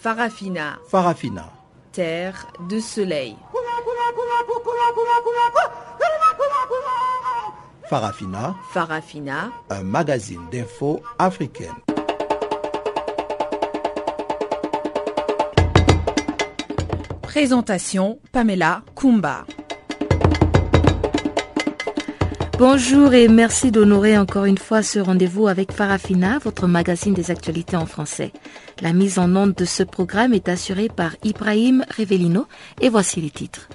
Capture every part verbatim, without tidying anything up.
Farafina. Farafina. Terre de soleil. Farafina. Farafina. Un magazine d'infos africaine. Présentation Pamela Kumba. Bonjour et merci d'honorer encore une fois ce rendez-vous avec Farafina, votre magazine des actualités en français. La mise en onde de ce programme est assurée par Ibrahim Revelino et voici les titres.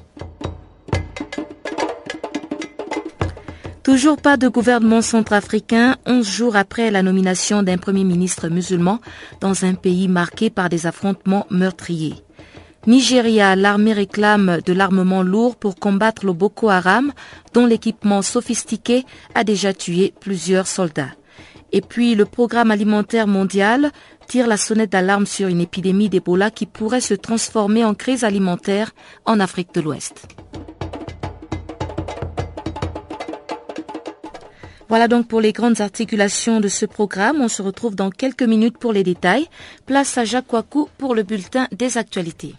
Toujours pas de gouvernement centrafricain, onze jours après la nomination d'un premier ministre musulman dans un pays marqué par des affrontements meurtriers. Nigeria, l'armée réclame de l'armement lourd pour combattre le Boko Haram, dont l'équipement sophistiqué a déjà tué plusieurs soldats. Et puis, le programme alimentaire mondial tire la sonnette d'alarme sur une épidémie d'Ebola qui pourrait se transformer en crise alimentaire en Afrique de l'Ouest. Voilà donc pour les grandes articulations de ce programme. On se retrouve dans quelques minutes pour les détails. Place à Jacques Wakou pour le bulletin des actualités.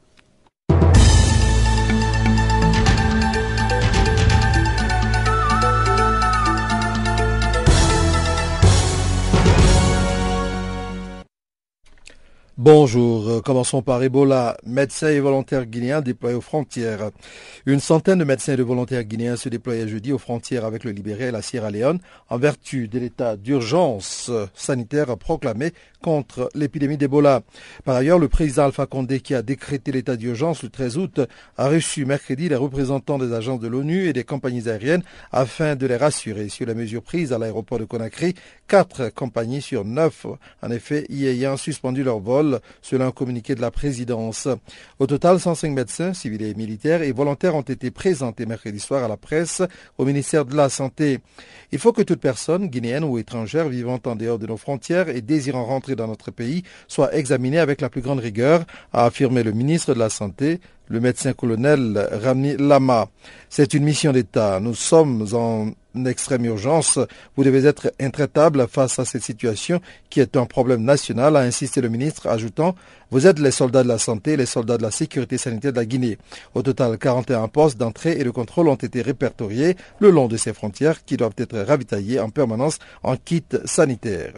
Bonjour, commençons par Ebola. Médecins et volontaires guinéens déployés aux frontières. Une centaine de médecins et de volontaires guinéens se déployaient jeudi aux frontières avec le Libéria et la Sierra Leone en vertu de l'état d'urgence sanitaire proclamé contre l'épidémie d'Ebola. Par ailleurs, le président Alpha Condé, qui a décrété l'état d'urgence le treize août, a reçu mercredi les représentants des agences de l'ONU et des compagnies aériennes afin de les rassurer sur les mesures prises à l'aéroport de Conakry. Quatre compagnies sur neuf, en effet, y ayant suspendu leur vol, selon un communiqué de la présidence. Au total, cent cinq médecins, civils et militaires et volontaires ont été présentés mercredi soir à la presse au ministère de la Santé. Il faut que toute personne, guinéenne ou étrangère, vivant en dehors de nos frontières et désirant rentrer dans notre pays, soit examinée avec la plus grande rigueur, a affirmé le ministre de la Santé, le médecin-colonel Rami Lama. C'est une mission d'État. Nous sommes en extrême urgence. Vous devez être intraitable face à cette situation qui est un problème national, a insisté le ministre, ajoutant « Vous êtes les soldats de la santé et les soldats de la sécurité sanitaire de la Guinée ». Au total, quarante et un postes d'entrée et de contrôle ont été répertoriés le long de ces frontières qui doivent être ravitaillés en permanence en kit sanitaire.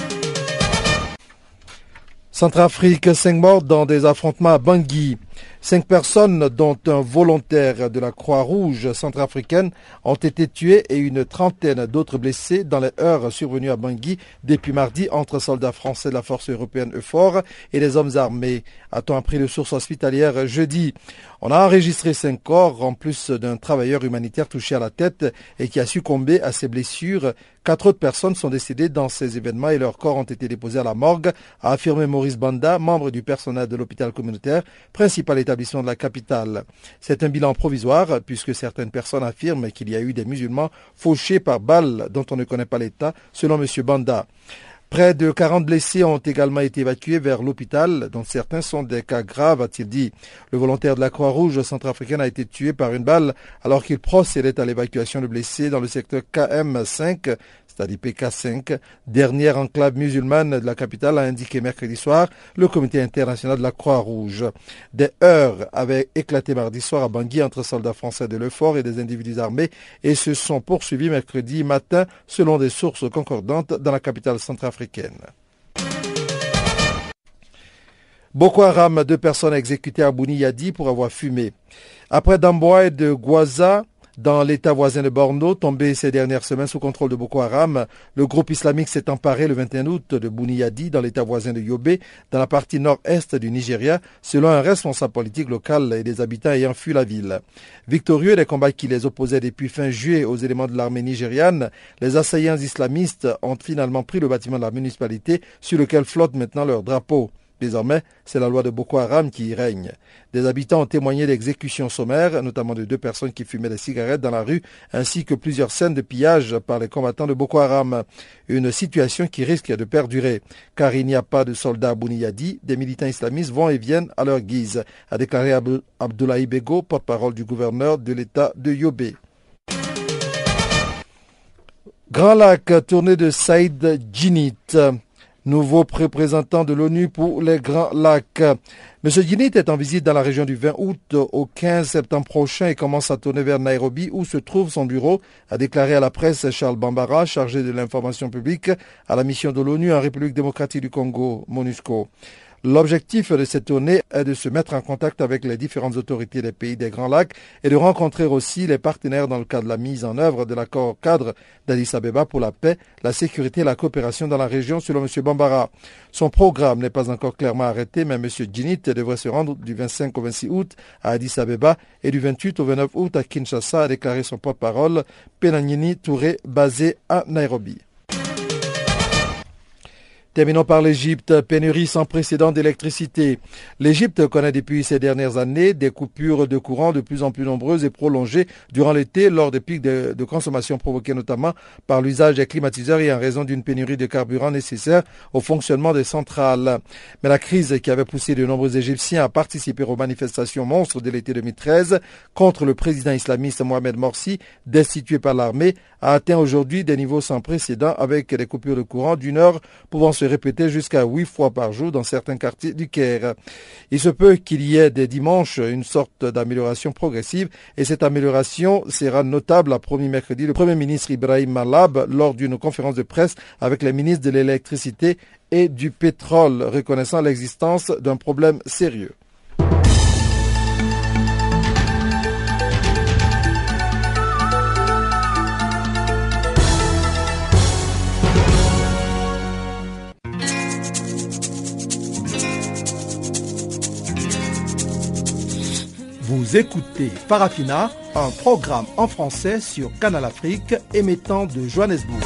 Centrafrique, cinq morts dans des affrontements à Bangui. Cinq personnes, dont un volontaire de la Croix-Rouge centrafricaine, ont été tuées et une trentaine d'autres blessés dans les heurts survenus à Bangui depuis mardi entre soldats français de la force européenne EUFOR et des hommes armés, a-t-on appris de sources hospitalières jeudi. On a enregistré cinq corps, en plus d'un travailleur humanitaire touché à la tête et qui a succombé à ses blessures. Quatre autres personnes sont décédées dans ces événements et leurs corps ont été déposés à la morgue, a affirmé Maurice Banda, membre du personnel de l'hôpital communautaire, principal établissement de la capitale. C'est un bilan provisoire puisque certaines personnes affirment qu'il y a eu des musulmans fauchés par balles dont on ne connaît pas l'état, selon M. Banda. Près de quarante blessés ont également été évacués vers l'hôpital, dont certains sont des cas graves, a-t-il dit. Le volontaire de la Croix-Rouge centrafricaine a été tué par une balle alors qu'il procédait à l'évacuation de blessés dans le secteur K M cinq, c'est-à-dire P K cinq, dernière enclave musulmane de la capitale, a indiqué mercredi soir le comité international de la Croix-Rouge. Des heurts avaient éclaté mardi soir à Bangui entre soldats français de l'EUFOR et des individus armés et se sont poursuivis mercredi matin selon des sources concordantes dans la capitale centrafricaine. Boko Haram, deux personnes exécutées à Bouni-Yadi pour avoir fumé. Après Damboa et de Gwaza, dans l'état voisin de Borno, tombé ces dernières semaines sous contrôle de Boko Haram, le groupe islamique s'est emparé le vingt et un août de Bouni-Yadi, dans l'état voisin de Yobe, dans la partie nord-est du Nigeria, selon un responsable politique local et des habitants ayant fui la ville. Victorieux des combats qui les opposaient depuis fin juillet aux éléments de l'armée nigériane, les assaillants islamistes ont finalement pris le bâtiment de la municipalité sur lequel flotte maintenant leur drapeau. Désormais, c'est la loi de Boko Haram qui y règne. Des habitants ont témoigné d'exécutions sommaires, notamment de deux personnes qui fumaient des cigarettes dans la rue, ainsi que plusieurs scènes de pillage par les combattants de Boko Haram. Une situation qui risque de perdurer, car il n'y a pas de soldats à Bouni-Yadi, des militants islamistes vont et viennent à leur guise, a déclaré Ab- Abdoulaye Bego, porte-parole du gouverneur de l'état de Yobe. Grand Lac, tournée de Saïd Djinit. nouveau représentant de l'ONU pour les Grands Lacs. M. Djinnit est en visite dans la région du vingt août au quinze septembre prochain et commence à tourner vers Nairobi où se trouve son bureau, a déclaré à la presse Charles Bambara, chargé de l'information publique à la mission de l'ONU en République démocratique du Congo, MONUSCO. L'objectif de cette tournée est de se mettre en contact avec les différentes autorités des pays des Grands Lacs et de rencontrer aussi les partenaires dans le cadre de la mise en œuvre de l'accord cadre d'Addis Abeba pour la paix, la sécurité et la coopération dans la région, selon M. Bambara. Son programme n'est pas encore clairement arrêté, mais M. Djinnit devrait se rendre du vingt-cinq au vingt-six août à Addis Abeba et du vingt-huit au vingt-neuf août à Kinshasa, a déclaré son porte-parole Penanyini Touré, basé à Nairobi. Terminons par l'Égypte, pénurie sans précédent d'électricité. L'Égypte connaît depuis ces dernières années des coupures de courant de plus en plus nombreuses et prolongées durant l'été lors des pics de, de consommation provoqués notamment par l'usage des climatiseurs et en raison d'une pénurie de carburant nécessaire au fonctionnement des centrales. Mais la crise qui avait poussé de nombreux Égyptiens à participer aux manifestations monstres de l'été deux mille treize contre le président islamiste Mohamed Morsi, destitué par l'armée, a atteint aujourd'hui des niveaux sans précédent avec des coupures de courant d'une heure pouvant se répéter jusqu'à huit fois par jour dans certains quartiers du Caire. Il se peut qu'il y ait des dimanches une sorte d'amélioration progressive et cette amélioration sera notable, a promis mercredi le Premier ministre Ibrahim Malab lors d'une conférence de presse avec les ministres de l'électricité et du pétrole, reconnaissant l'existence d'un problème sérieux. Vous écoutez Farafina, un programme en français sur Canal Afrique émettant de Johannesburg.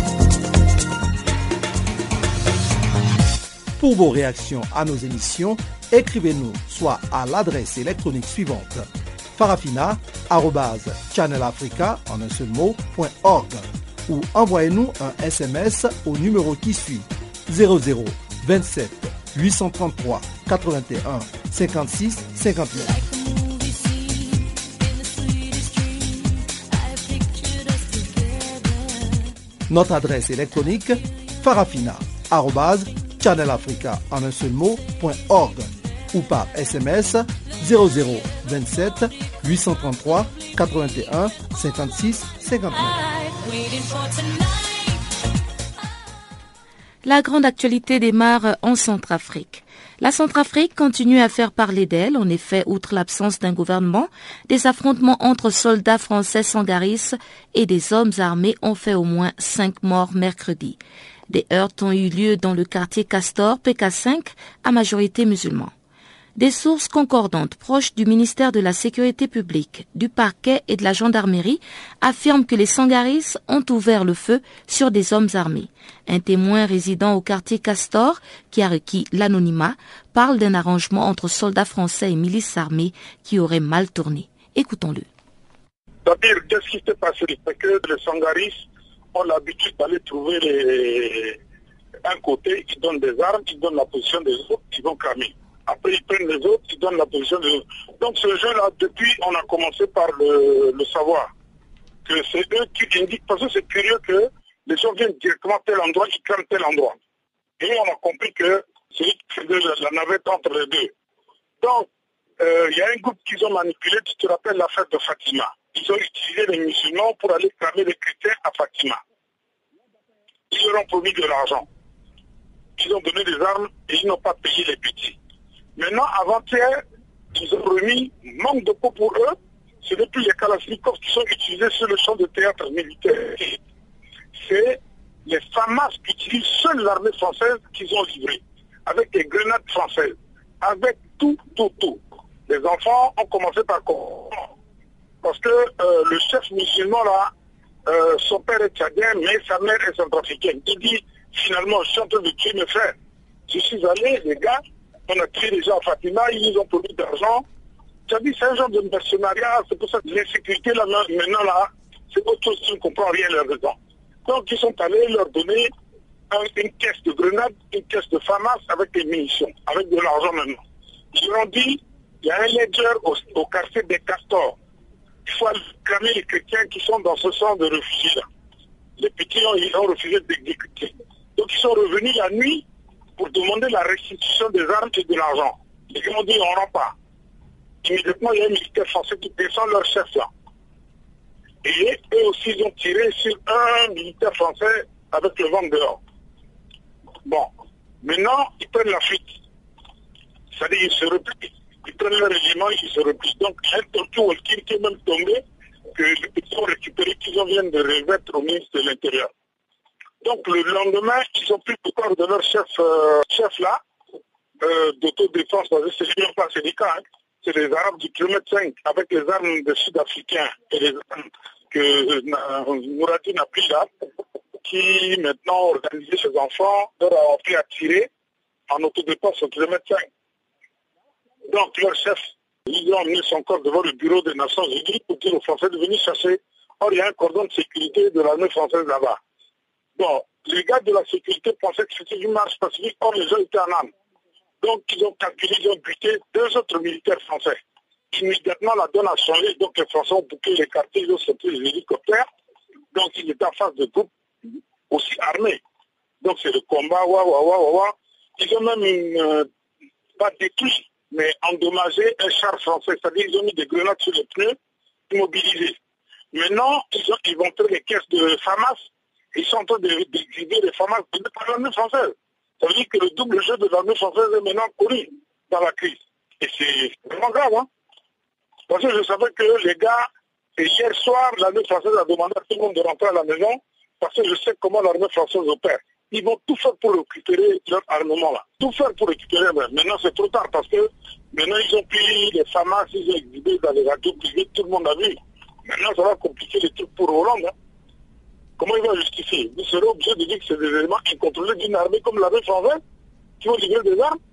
Pour vos réactions à nos émissions, écrivez-nous soit à l'adresse électronique suivante farafina arobase channelafrica en un seul mot point org ou envoyez-nous un S M S au numéro qui suit zéro zéro vingt-sept huit cent trente-trois quatre-vingt-un cinquante-six cinquante-neuf. Notre adresse électronique farafina arobase channelafrica en un seul mot point org ou par S M S zéro zéro vingt-sept huit cent trente-trois quatre-vingt-un cinquante-six cinquante-neuf. La grande actualité démarre en Centrafrique. La Centrafrique continue à faire parler d'elle. En effet, outre l'absence d'un gouvernement, des affrontements entre soldats français sangaris et des hommes armés ont fait au moins cinq morts mercredi. Des heurts ont eu lieu dans le quartier Castor, P K cinq, à majorité musulmane. Des sources concordantes proches du ministère de la Sécurité publique, du parquet et de la gendarmerie affirment que les sangaris ont ouvert le feu sur des hommes armés. Un témoin résidant au quartier Castor, qui a requis l'anonymat, parle d'un arrangement entre soldats français et milices armées qui aurait mal tourné. Écoutons-le. C'est-à-dire, qu'est-ce qui s'est passé? C'est que les sangaris ont l'habitude d'aller trouver les... un côté, ils donnent des armes, ils donnent la position des autres, ils vont cramer. Après, ils prennent les autres, ils donnent la position des autres. Donc, ce jeu-là, depuis, on a commencé par le, le savoir. Que c'est eux qui indiquent, parce que c'est curieux que les gens viennent directement à tel endroit, ils crament tel endroit. Et on a compris que c'est eux qui faisaient la navette entre les deux. Donc, il euh, y a un groupe qu'ils ont manipulé, tu te rappelles l'affaire de Fatima. Ils ont utilisé les musulmans pour aller cramer les chrétiens à Fatima. Ils leur ont promis de l'argent. Ils ont donné des armes et ils n'ont pas payé les petits. Maintenant, avant-hier, ils ont remis manque de peau pour eux. Ce n'est plus les Kalachnikovs qui sont utilisés sur le champ de théâtre militaire. C'est les FAMAS qui utilisent seule l'armée française qu'ils ont livrée, avec les grenades françaises, avec tout, tout, tout. Les enfants ont commencé par comprendre. Parce que euh, le chef musulman, là, euh, son père est tchadien, mais sa mère est centrafricaine. Il dit, finalement, je suis en train de tuer mes frères. Je suis allé, les gars, on a tué les gens à Fatima, ils nous ont promis d'argent. Tu as dit, c'est un genre de mercenariat, c'est pour ça que l'insécurité, là, maintenant, là, c'est autre chose, tu ne comprends rien là-dedans. Donc, ils sont allés leur donner un, une caisse de grenades, une caisse de FAMAS avec des munitions, avec de l'argent maintenant. Ils leur ont dit, il y a un ledger au, au quartier des Castors. Il faut aller cramer les chrétiens qui sont dans ce centre de réfugiés-là. Les petits ont, ils ont refusé d'exécuter. Donc, ils sont revenus la nuit pour demander la restitution des armes et de l'argent. Les gens ont dit on rend pas. Immédiatement, il y a un militaire français qui descend leur chef là. Et eux aussi, ils ont tiré sur un militaire français avec le vent dehors. Bon, maintenant, ils prennent la fuite. C'est-à-dire, ils se replient. Ils prennent leur élément, ils se replient. Donc, un tortue walkie qui est même tombé, que ils ont récupéré, qu'ils viennent de remettre au ministre de l'Intérieur. Donc, le lendemain, ils ont pris le corps de leur chef, euh, chef là, euh, d'autodéfense, parce que c'est même pas syndicat, hein. C'est les Arabes du kilomètre cinq, avec les armes des Sud-Africains et les armes que euh, Mourati n'a pris là, qui maintenant organisé ses enfants, leur a appris à tirer en autodéfense au kilomètre cinq. Donc leur chef, ils ont emmené son corps devant le bureau des Nations Unies pour dire aux Français de venir chercher. Or, il y a un cordon de sécurité de l'armée française là-bas. Bon, les gars de la sécurité pensaient que c'était une marche pacifique, or les gens étaient en armes. Donc, ils ont calculé, ils ont buté deux autres militaires français. Immédiatement, la donne a changé, donc les Français ont bouclé les quartiers, ils ont sorti les hélicoptères. Donc, ils étaient en face de groupes aussi armés. Donc, c'est le combat, wa, wa, wa, wa, wa. Ils ont même, euh, pas détruit, mais endommagé un char français. C'est-à-dire, ils ont mis des grenades sur les pneus, immobilisés. Maintenant, ils ont inventé les caisses de FAMAS. Ils sont en train d'exhiber les FAMAS par l'armée française. Ça veut dire que le double jeu de l'armée française est maintenant connu dans la crise. Et c'est vraiment grave, hein. Parce que je savais que les gars, et hier soir, l'armée française a demandé à tout le monde de rentrer à la maison, parce que je sais comment l'armée française opère. Ils vont tout faire pour récupérer leur armement là. Tout faire pour récupérer. Maintenant, c'est trop tard, parce que maintenant, ils ont pris les FAMAS, ils ont exhibé dans les radios privées, tout le monde a vu. Maintenant, ça va compliquer les trucs pour Hollande, hein. Comment il va justifier? Vous serez obligé de dire que c'est des éléments incontrôlés d'une armée comme l'armée française qui vont livrer des armes.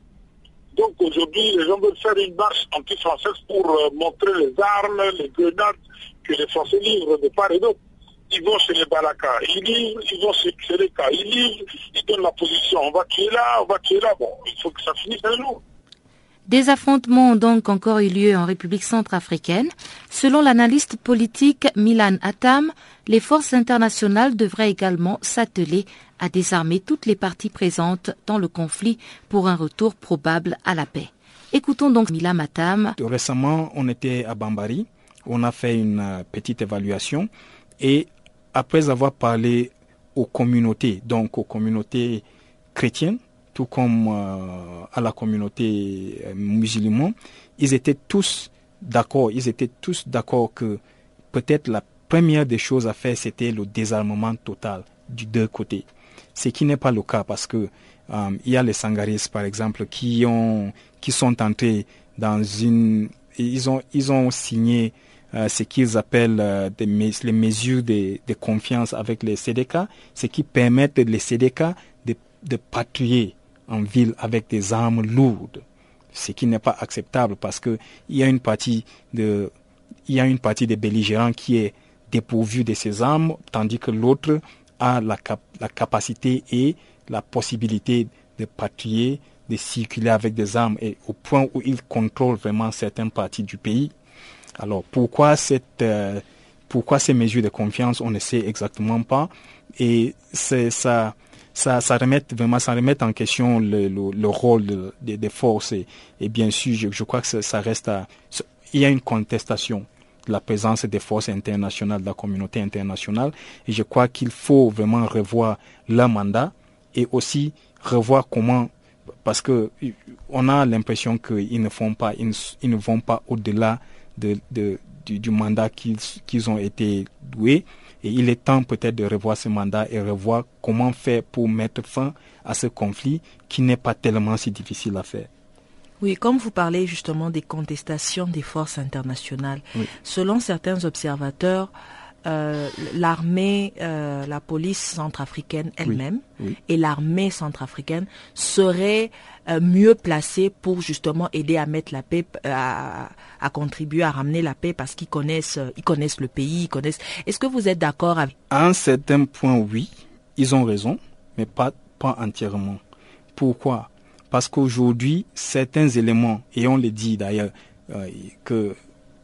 Donc aujourd'hui, les gens veulent faire une marche anti-française pour euh, montrer les armes, les grenades que les Français livrent de part et d'autre. Ils vont chez les Balaka, ils livrent, ils vont chez les K, ils livrent, ils donnent la position. On va tuer là, on va tuer là. Bon, il faut que ça finisse un jour. Des affrontements ont donc encore eu lieu en République centrafricaine. Selon l'analyste politique Milan Atam, les forces internationales devraient également s'atteler à désarmer toutes les parties présentes dans le conflit pour un retour probable à la paix. Écoutons donc Milan Atam. Récemment, on était à Bambari, on a fait une petite évaluation et après avoir parlé aux communautés, donc aux communautés chrétiennes, tout comme euh, à la communauté euh, musulmane, ils étaient tous d'accord, ils étaient tous d'accord que peut-être la première des choses à faire, c'était le désarmement total du deux côtés. Ce qui n'est pas le cas parce que euh, il y a les Sangaris, par exemple, qui ont, qui sont entrés dans une, ils ont, ils ont signé euh, ce qu'ils appellent euh, des, les mesures de, de confiance avec les C D K, ce qui permettent les C D K de, de patrouiller en ville avec des armes lourdes, ce qui n'est pas acceptable parce que il y a une partie de, il y a une partie des belligérants qui est dépourvue de ces armes, tandis que l'autre a la, cap- la capacité et la possibilité de patrouiller, de circuler avec des armes et au point où il contrôle vraiment certaines parties du pays. Alors pourquoi cette, euh, pourquoi ces mesures de confiance, on ne sait exactement pas et c'est ça. Ça, ça remet vraiment, ça remet en question le, le, le rôle de, de, des forces et, et bien sûr, je, je crois que ça, ça reste à, il y a une contestation de la présence des forces internationales, de la communauté internationale et je crois qu'il faut vraiment revoir leur mandat et aussi revoir comment, parce que on a l'impression qu'ils ne font pas, ils ne, ils ne vont pas au-delà de, de, du, du mandat qu'ils, qu'ils ont été doués. Et il est temps peut-être de revoir ce mandat et revoir comment faire pour mettre fin à ce conflit qui n'est pas tellement si difficile à faire. Oui, comme vous parlez justement des contestations des forces internationales, oui. Selon certains observateurs, euh, l'armée, euh, la police centrafricaine elle-même oui. Oui. et l'armée centrafricaine seraient euh, mieux placées pour justement aider à mettre la paix, à, à contribuer à ramener la paix parce qu'ils connaissent, ils connaissent le pays, ils connaissent. Est-ce que vous êtes d'accord avec? À un certain point, oui, ils ont raison, mais pas pas entièrement. Pourquoi? Parce qu'aujourd'hui, certains éléments, et on le dit d'ailleurs, euh, que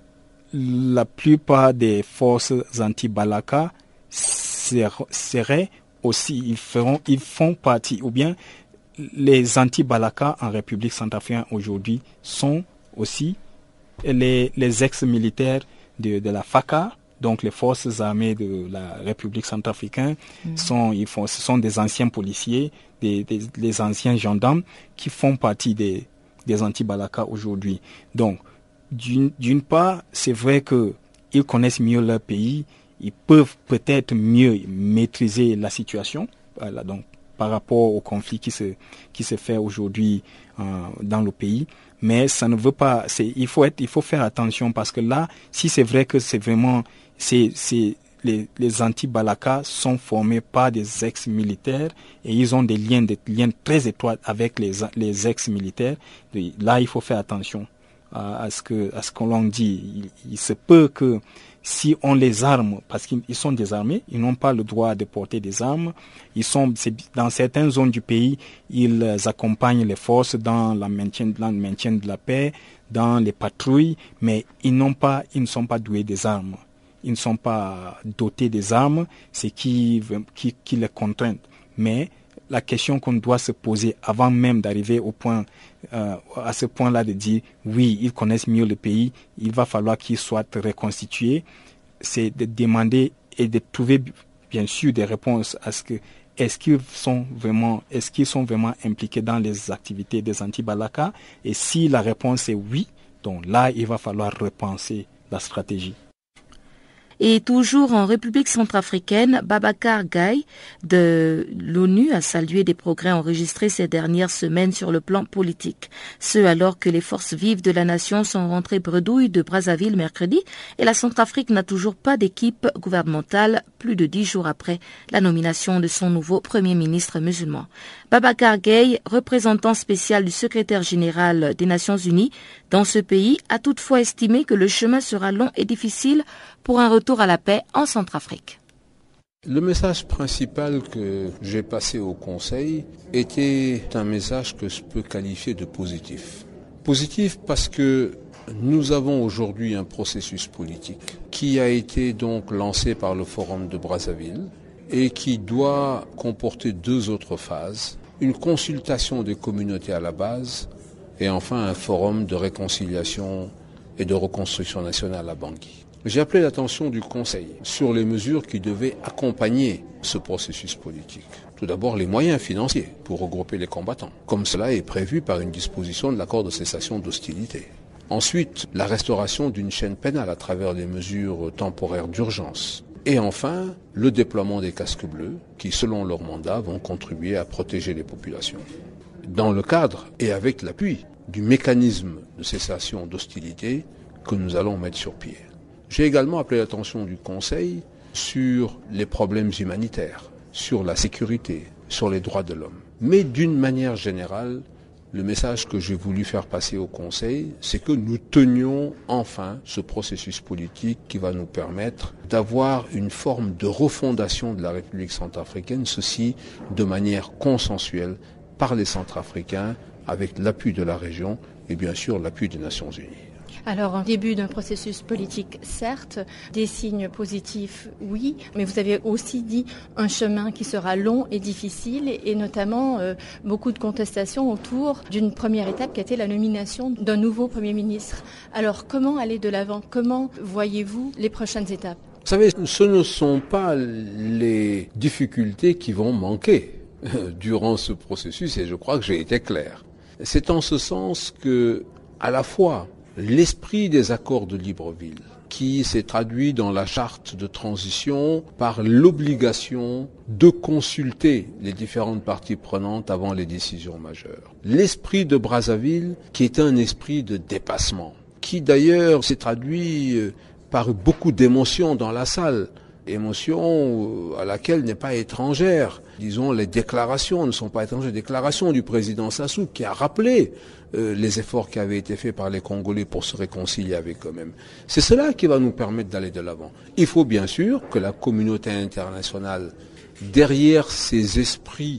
la plupart des forces anti-Balaka seraient aussi, ils feront, ils font partie, ou bien les anti-Balaka en République centrafricaine aujourd'hui sont aussi les, les ex-militaires de, de la F A C A, donc les forces armées de la République centrafricaine. Mmh. Sont, ils font, ce sont des anciens policiers, des, des, des anciens gendarmes qui font partie des, des anti-Balaka aujourd'hui. Donc, d'une, d'une part, c'est vrai qu'ils connaissent mieux leur pays, ils peuvent peut-être mieux maîtriser la situation. Voilà, donc, par rapport au conflit qui se qui se fait aujourd'hui euh, dans le pays, mais ça ne veut pas. C'est, il faut être, il faut faire attention parce que là, si c'est vrai que c'est vraiment, c'est c'est les les anti-Balaka sont formés par des ex-militaires et ils ont des liens des liens très étroits avec les les ex-militaires. Là, il faut faire attention à, à ce que à ce qu'on l'on dit. Il, il se peut que si on les arme, parce qu'ils sont désarmés, ils n'ont pas le droit de porter des armes. Ils sont dans certaines zones du pays, ils accompagnent les forces dans, la maintien, dans le maintien de la paix, dans les patrouilles, mais ils n'ont pas, ils ne sont pas doués des armes. Ils ne sont pas dotés des armes, c'est qui, qui, qui les contraint. Mais la question qu'on doit se poser avant même d'arriver au point, euh, à ce point-là de dire oui, ils connaissent mieux le pays, il va falloir qu'ils soient reconstitués, c'est de demander et de trouver bien sûr des réponses à ce que est-ce qu'ils sont vraiment, est-ce qu'ils sont vraiment impliqués dans les activités des anti-Balaka, et si la réponse est oui, donc là il va falloir repenser la stratégie. Et toujours en République centrafricaine, Babacar Gaye de l'ONU a salué des progrès enregistrés ces dernières semaines sur le plan politique. Ce alors que les forces vives de la nation sont rentrées bredouilles de Brazzaville mercredi et la Centrafrique n'a toujours pas d'équipe gouvernementale plus de dix jours après la nomination de son nouveau Premier ministre musulman. Babacar Gaye, représentant spécial du secrétaire général des Nations Unies dans ce pays, a toutefois estimé que le chemin sera long et difficile pour un retour à la paix en Centrafrique. Le message principal que j'ai passé au Conseil était un message que je peux qualifier de positif. Positif parce que nous avons aujourd'hui un processus politique qui a été donc lancé par le Forum de Brazzaville et qui doit comporter deux autres phases, une consultation des communautés à la base et enfin un forum de réconciliation et de reconstruction nationale à Bangui. J'ai appelé l'attention du Conseil sur les mesures qui devaient accompagner ce processus politique. Tout d'abord, les moyens financiers pour regrouper les combattants, comme cela est prévu par une disposition de l'accord de cessation d'hostilité. Ensuite, la restauration d'une chaîne pénale à travers des mesures temporaires d'urgence. Et enfin, le déploiement des casques bleus qui, selon leur mandat, vont contribuer à protéger les populations. Dans le cadre et avec l'appui du mécanisme de cessation d'hostilité que nous allons mettre sur pied. J'ai également appelé l'attention du Conseil sur les problèmes humanitaires, sur la sécurité, sur les droits de l'homme. Mais d'une manière générale, le message que j'ai voulu faire passer au Conseil, c'est que nous tenions enfin ce processus politique qui va nous permettre d'avoir une forme de refondation de la République centrafricaine, ceci de manière consensuelle par les Centrafricains, avec l'appui de la région et bien sûr l'appui des Nations Unies. Alors, un début d'un processus politique, certes, des signes positifs, oui, mais vous avez aussi dit un chemin qui sera long et difficile, et, et notamment euh, beaucoup de contestations autour d'une première étape qui a été la nomination d'un nouveau Premier ministre. Alors, comment aller de l'avant? Comment voyez-vous les prochaines étapes? Vous savez, ce ne sont pas les difficultés qui vont manquer durant ce processus, et je crois que j'ai été clair. C'est en ce sens que, à la fois, l'esprit des accords de Libreville, qui s'est traduit dans la charte de transition par l'obligation de consulter les différentes parties prenantes avant les décisions majeures. L'esprit de Brazzaville, qui est un esprit de dépassement, qui d'ailleurs s'est traduit par beaucoup d'émotions dans la salle, émotion à laquelle n'est pas étrangère. Disons, les déclarations ne sont pas étrangères. Les déclarations du président Sassou qui a rappelé euh, les efforts qui avaient été faits par les Congolais pour se réconcilier avec eux-mêmes. C'est cela qui va nous permettre d'aller de l'avant. Il faut bien sûr que la communauté internationale, derrière ces esprits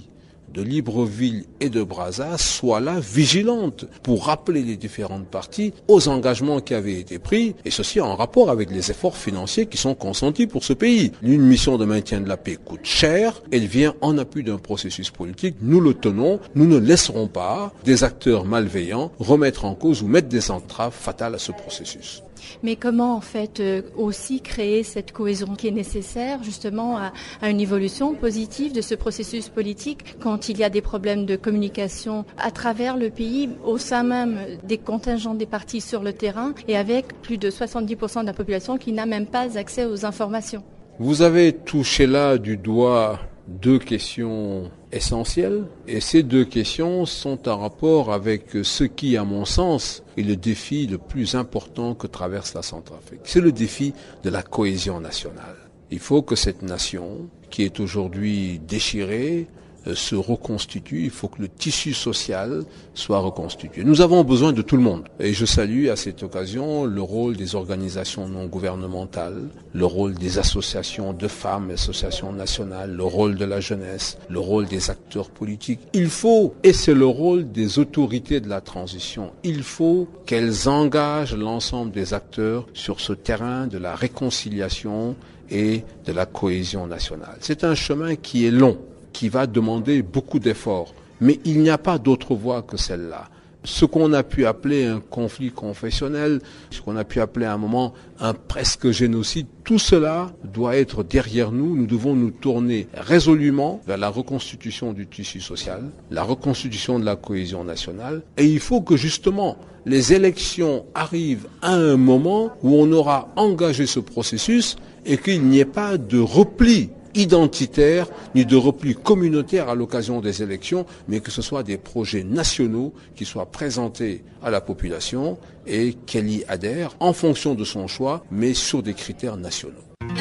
de Libreville et de Brazza soit là, vigilante, pour rappeler les différentes parties aux engagements qui avaient été pris, et ceci en rapport avec les efforts financiers qui sont consentis pour ce pays. Une mission de maintien de la paix coûte cher, elle vient en appui d'un processus politique, nous le tenons, nous ne laisserons pas des acteurs malveillants remettre en cause ou mettre des entraves fatales à ce processus. Mais comment en fait euh, aussi créer cette cohésion qui est nécessaire justement à, à une évolution positive de ce processus politique quand il y a des problèmes de communication à travers le pays, au sein même des contingents des partis sur le terrain et avec plus de soixante-dix pour cent de la population qui n'a même pas accès aux informations. Vous avez touché là du doigt deux questions essentielles, et ces deux questions sont en rapport avec ce qui, à mon sens, est le défi le plus important que traverse la Centrafrique. C'est le défi de la cohésion nationale. Il faut que cette nation, qui est aujourd'hui déchirée, se reconstitue, il faut que le tissu social soit reconstitué. Nous avons besoin de tout le monde. Et je salue à cette occasion le rôle des organisations non gouvernementales, le rôle des associations de femmes, associations nationales, le rôle de la jeunesse, le rôle des acteurs politiques. Il faut, et c'est le rôle des autorités de la transition, il faut qu'elles engagent l'ensemble des acteurs sur ce terrain de la réconciliation et de la cohésion nationale. C'est un chemin qui est long, qui va demander beaucoup d'efforts. Mais il n'y a pas d'autre voie que celle-là. Ce qu'on a pu appeler un conflit confessionnel, ce qu'on a pu appeler à un moment un presque génocide, tout cela doit être derrière nous. Nous devons nous tourner résolument vers la reconstitution du tissu social, la reconstitution de la cohésion nationale. Et il faut que justement les élections arrivent à un moment où on aura engagé ce processus et qu'il n'y ait pas de repli identitaire ni de repli communautaire à l'occasion des élections, mais que ce soit des projets nationaux qui soient présentés à la population et qu'elle y adhère en fonction de son choix, mais sur des critères nationaux.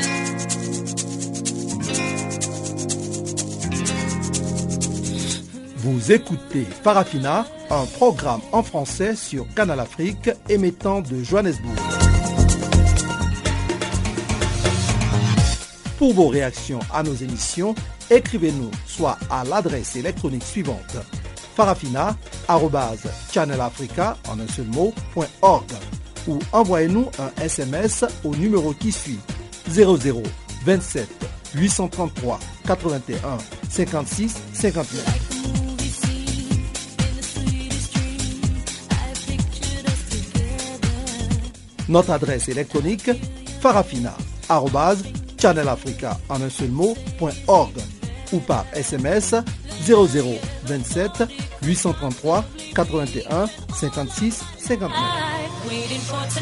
Vous écoutez Farafina, un programme en français sur Canal Afrique émettant de Johannesburg. Pour vos réactions à nos émissions, écrivez-nous soit à l'adresse électronique suivante farafina arobase channel africa en un seul mot point org ou envoyez-nous un S M S au numéro qui suit zéro zéro vingt-sept huit cent trente-trois quatre-vingt-un cinquante-six cinquante-neuf. Notre adresse électronique farafina arobase channel africa en un seul mot point org ou par S M S zéro zéro vingt-sept huit cent trente-trois quatre-vingt-un cinquante-six cinquante-neuf.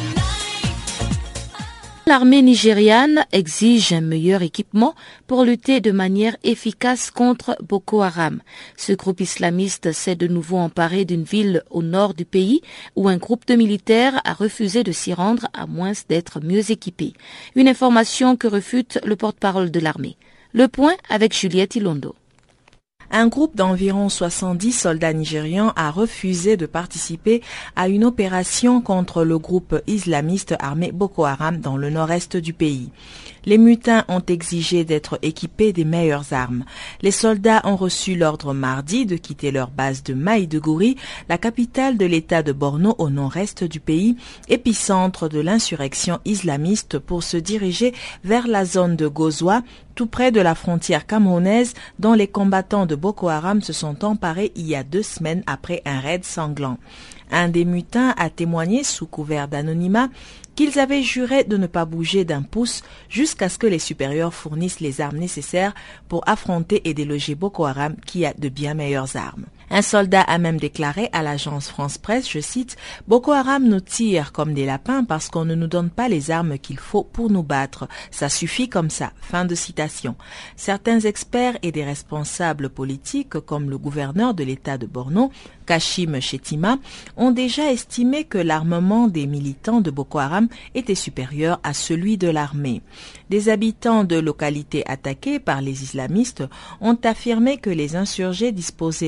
L'armée nigériane exige un meilleur équipement pour lutter de manière efficace contre Boko Haram. Ce groupe islamiste s'est de nouveau emparé d'une ville au nord du pays où un groupe de militaires a refusé de s'y rendre à moins d'être mieux équipé. Une information que refute le porte-parole de l'armée. Le point avec Juliette Ilondo. Un groupe d'environ soixante-dix soldats nigérians a refusé de participer à une opération contre le groupe islamiste armé Boko Haram dans le nord-est du pays. Les mutins ont exigé d'être équipés des meilleures armes. Les soldats ont reçu l'ordre mardi de quitter leur base de Maïdougouri, la capitale de l'état de Borno au nord-est du pays, épicentre de l'insurrection islamiste, pour se diriger vers la zone de Gozwa, tout près de la frontière camerounaise, dont les combattants de Boko Haram se sont emparés il y a deux semaines après un raid sanglant. Un des mutins a témoigné sous couvert d'anonymat qu'ils avaient juré de ne pas bouger d'un pouce jusqu'à ce que les supérieurs fournissent les armes nécessaires pour affronter et déloger Boko Haram, qui a de bien meilleures armes. Un soldat a même déclaré à l'agence France Presse, je cite, « Boko Haram nous tire comme des lapins parce qu'on ne nous donne pas les armes qu'il faut pour nous battre. Ça suffit comme ça. » Fin de citation. Certains experts et des responsables politiques, comme le gouverneur de l'état de Borno, Kashim Shettima, ont déjà estimé que l'armement des militants de Boko Haram était supérieur à celui de l'armée. Des habitants de localités attaquées par les islamistes ont affirmé que les insurgés disposaient de lance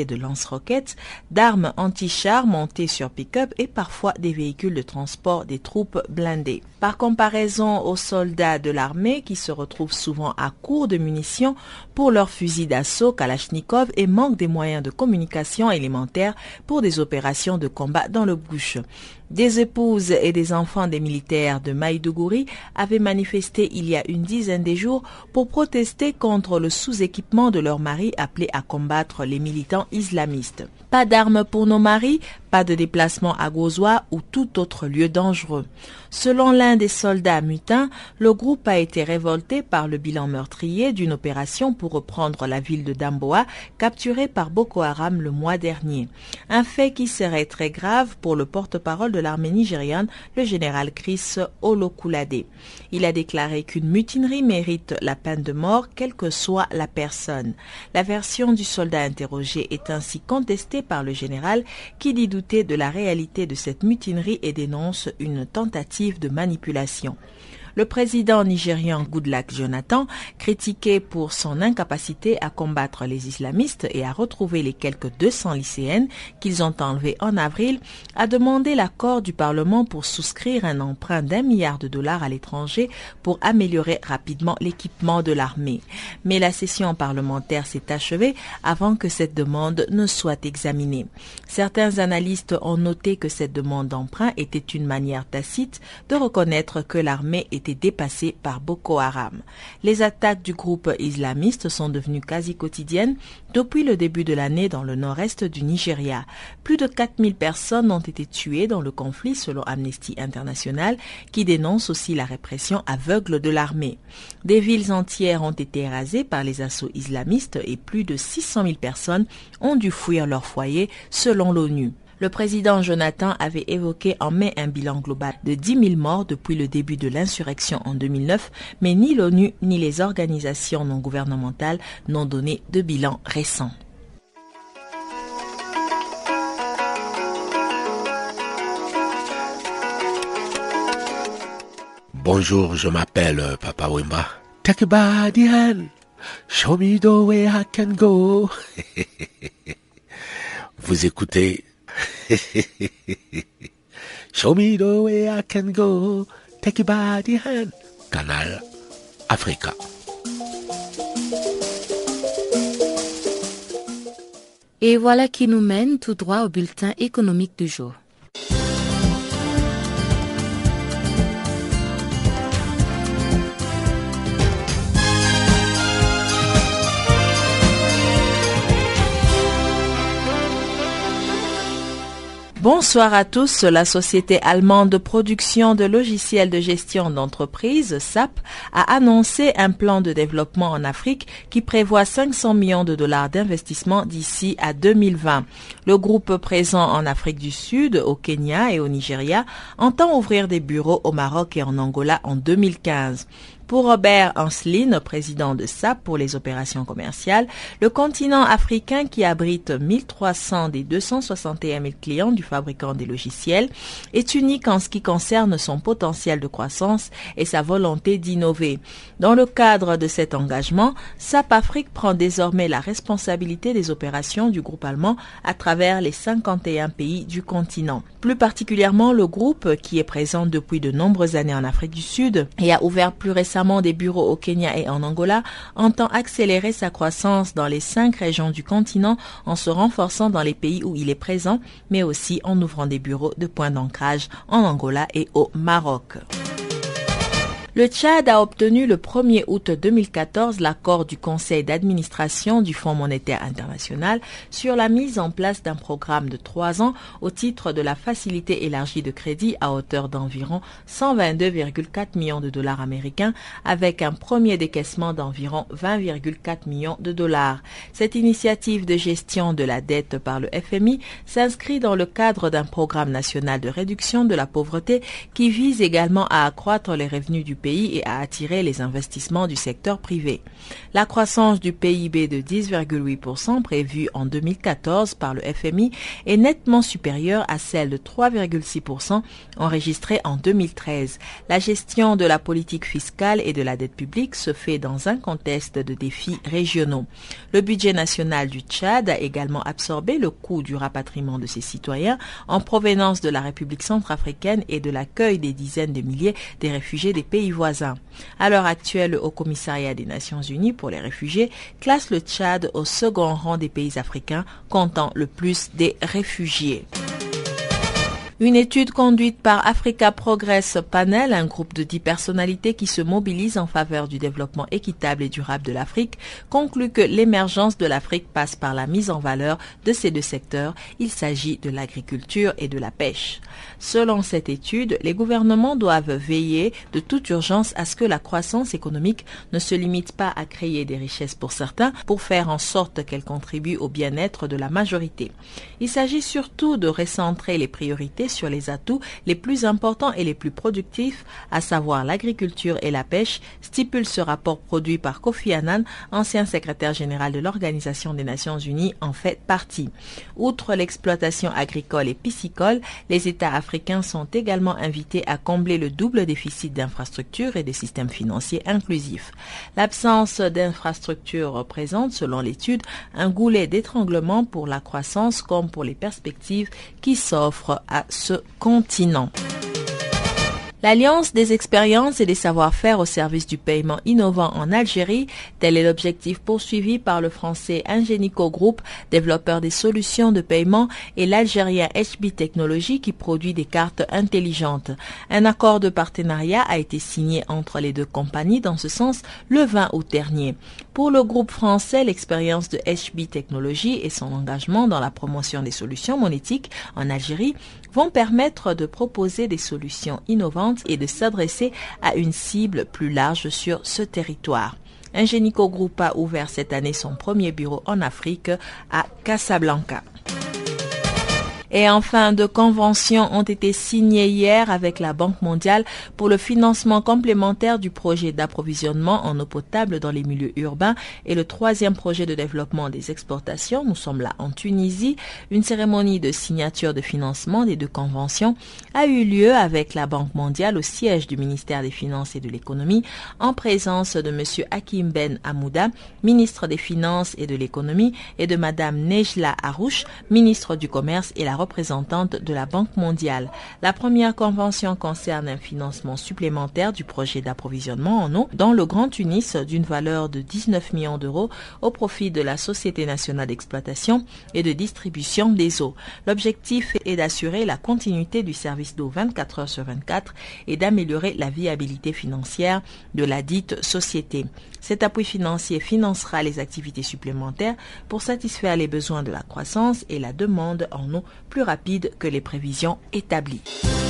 lance-roquettes, d'armes anti-chars montées sur pick-up et parfois des véhicules de transport des troupes blindées. Par comparaison aux soldats de l'armée qui se retrouvent souvent à court de munitions pour leurs fusils d'assaut Kalachnikov et manquent des moyens de communication élémentaires pour des opérations de combat dans le bush. Des épouses et des enfants des militaires de Maïdougouri avaient manifesté il y a une dizaine de jours pour protester contre le sous-équipement de leurs maris appelés à combattre les militants islamistes. Pas d'armes pour nos maris, pas de déplacement à Gozoa ou tout autre lieu dangereux. Selon l'un des soldats mutins, le groupe a été révolté par le bilan meurtrier d'une opération pour reprendre la ville de Damboa, capturée par Boko Haram le mois dernier. Un fait qui serait très grave pour le porte-parole de l'armée nigériane, le général Chris Olokulade. Il a déclaré qu'une mutinerie mérite la peine de mort, quelle que soit la personne. La version du soldat interrogé est ainsi contestée par le général qui dit douter de la réalité de cette mutinerie et dénonce une tentative de manipulation. Le président nigérian Goodluck Jonathan, critiqué pour son incapacité à combattre les islamistes et à retrouver les quelques deux cents lycéennes qu'ils ont enlevées en avril, a demandé l'accord du Parlement pour souscrire un emprunt d'un milliard de dollars à l'étranger pour améliorer rapidement l'équipement de l'armée. Mais la session parlementaire s'est achevée avant que cette demande ne soit examinée. Certains analystes ont noté que cette demande d'emprunt était une manière tacite de reconnaître que l'armée était dépassée par Boko Haram. Les attaques du groupe islamiste sont devenues quasi quotidiennes depuis le début de l'année dans le nord-est du Nigeria. Plus de quatre mille personnes ont été tuées dans le conflit selon Amnesty International, qui dénonce aussi la répression aveugle de l'armée. Des villes entières ont été rasées par les assauts islamistes et plus de six cent mille personnes ont dû fuir leur foyer selon l'ONU. Le président Jonathan avait évoqué en mai un bilan global de dix mille morts depuis le début de l'insurrection en deux mille neuf, mais ni l'ONU ni les organisations non gouvernementales n'ont donné de bilan récent. Bonjour, je m'appelle Papa Wemba. Take a body hand, show me the way I can go. Vous écoutez Show me the way I can go, take you by the hand. Canal Africa. Et voilà qui nous mène tout droit au bulletin économique du jour. Bonsoir à tous. La société allemande de production de logiciels de gestion d'entreprise, S A P, a annoncé un plan de développement en Afrique qui prévoit cinq cents millions de dollars d'investissement d'ici à deux mille vingt. Le groupe présent en Afrique du Sud, au Kenya et au Nigeria entend ouvrir des bureaux au Maroc et en Angola en deux mille quinze. Pour Robert Anslin, président de S A P pour les opérations commerciales, le continent africain qui abrite mille trois cents des deux cent soixante et un mille clients du fabricant des logiciels est unique en ce qui concerne son potentiel de croissance et sa volonté d'innover. Dans le cadre de cet engagement, S A P Afrique prend désormais la responsabilité des opérations du groupe allemand à travers les cinquante et un pays du continent. Plus particulièrement, le groupe, qui est présent depuis de nombreuses années en Afrique du Sud et a ouvert plus récemment des bureaux au Kenya et en Angola, entend accélérer sa croissance dans les cinq régions du continent en se renforçant dans les pays où il est présent, mais aussi en ouvrant des bureaux de points d'ancrage en Angola et au Maroc. Le Tchad a obtenu le premier août deux mille quatorze l'accord du Conseil d'administration du Fonds monétaire international sur la mise en place d'un programme de trois ans au titre de la facilité élargie de crédit à hauteur d'environ cent vingt-deux virgule quatre millions de dollars américains avec un premier décaissement d'environ vingt virgule quatre millions de dollars. Cette initiative de gestion de la dette par le F M I s'inscrit dans le cadre d'un programme national de réduction de la pauvreté qui vise également à accroître les revenus du pays pays et à attirer les investissements du secteur privé. La croissance du P I B de dix virgule huit pour cent prévue en deux mille quatorze par le F M I est nettement supérieure à celle de trois virgule six pour cent enregistrée en deux mille treize. La gestion de la politique fiscale et de la dette publique se fait dans un contexte de défis régionaux. Le budget national du Tchad a également absorbé le coût du rapatriement de ses citoyens en provenance de la République centrafricaine et de l'accueil des dizaines de milliers des réfugiés des pays voisins. À l'heure actuelle, le Haut-Commissariat des Nations Unies pour les réfugiés classe le Tchad au second rang des pays africains comptant le plus des réfugiés. Une étude conduite par Africa Progress Panel, un groupe de dix personnalités qui se mobilisent en faveur du développement équitable et durable de l'Afrique, conclut que l'émergence de l'Afrique passe par la mise en valeur de ces deux secteurs. Il s'agit de l'agriculture et de la pêche. Selon cette étude, les gouvernements doivent veiller de toute urgence à ce que la croissance économique ne se limite pas à créer des richesses pour certains, pour faire en sorte qu'elle contribue au bien-être de la majorité. Il s'agit surtout de recentrer les priorités sur les atouts les plus importants et les plus productifs, à savoir l'agriculture et la pêche, stipule ce rapport produit par Kofi Annan, ancien secrétaire général de l'Organisation des Nations Unies, en fait partie. Outre l'exploitation agricole et piscicole, les États africains sont également invités à combler le double déficit d'infrastructures et de systèmes financiers inclusifs. L'absence d'infrastructures représente, selon l'étude, un goulet d'étranglement pour la croissance comme pour les perspectives qui s'offrent à ce continent. L'Alliance des expériences et des savoir-faire au service du paiement innovant en Algérie, tel est l'objectif poursuivi par le français Ingenico Group, développeur des solutions de paiement, et l'algérien H B Technology qui produit des cartes intelligentes. Un accord de partenariat a été signé entre les deux compagnies dans ce sens le vingt août dernier. Pour le groupe français, l'expérience de H B Technology et son engagement dans la promotion des solutions monétiques en Algérie vont permettre de proposer des solutions innovantes et de s'adresser à une cible plus large sur ce territoire. Ingenico Group a ouvert cette année son premier bureau en Afrique à Casablanca. Et enfin, deux conventions ont été signées hier avec la Banque mondiale pour le financement complémentaire du projet d'approvisionnement en eau potable dans les milieux urbains et le troisième projet de développement des exportations. Nous sommes là en Tunisie. Une cérémonie de signature de financement des deux conventions a eu lieu avec la Banque mondiale au siège du ministère des Finances et de l'Économie en présence de M. Hakim Ben Hamouda, ministre des Finances et de l'Économie, et de Mme Nejla Harouche, ministre du Commerce et la représentante de la Banque mondiale. La première convention concerne un financement supplémentaire du projet d'approvisionnement en eau dans le Grand Tunis d'une valeur de dix-neuf millions d'euros au profit de la Société nationale d'exploitation et de distribution des eaux. L'objectif est d'assurer la continuité du service d'eau vingt-quatre heures sur vingt-quatre et d'améliorer la viabilité financière de la dite société. Cet appui financier financera les activités supplémentaires pour satisfaire les besoins de la croissance et la demande en eau plus rapide que les prévisions établies.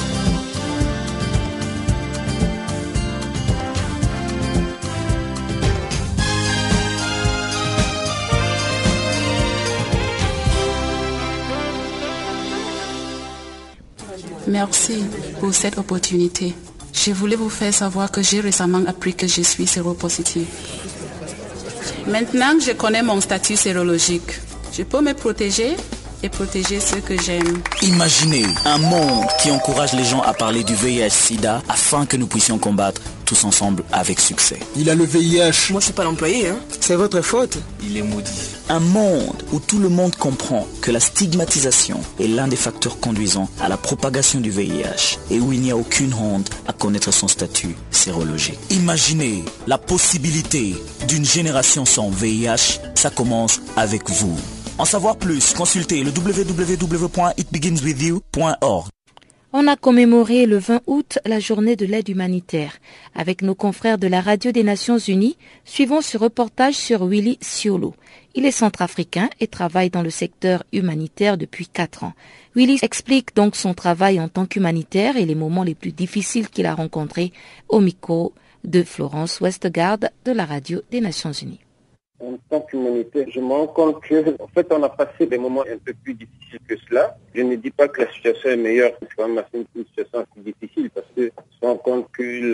Merci pour cette opportunité. Je voulais vous faire savoir que j'ai récemment appris que je suis séropositive. Maintenant que je connais mon statut sérologique, je peux me protéger et protéger ceux que j'aime. Imaginez un monde qui encourage les gens à parler du V I H sida afin que nous puissions combattre tous ensemble avec succès. Il a le V I H. Moi, je suis pas l'employé, hein. C'est votre faute. Il est maudit. Un monde où tout le monde comprend que la stigmatisation est l'un des facteurs conduisant à la propagation du V I H et où il n'y a aucune honte à connaître son statut sérologique. Imaginez la possibilité d'une génération sans V I H. Ça commence avec vous. En savoir plus, consultez le w w w point it begins with you point org. On a commémoré le vingt août la journée de l'aide humanitaire. Avec nos confrères de la Radio des Nations Unies, suivons ce reportage sur Willy Siolo. Il est centrafricain et travaille dans le secteur humanitaire depuis quatre ans. Willy explique donc son travail en tant qu'humanitaire et les moments les plus difficiles qu'il a rencontrés au micro de Florence Westgard de la Radio des Nations Unies. En tant qu'humanitaire, je me rends compte que, en fait, on a passé des moments un peu plus difficiles que cela. Je ne dis pas que la situation est meilleure, c'est quand même une situation assez difficile parce que je me rends compte que la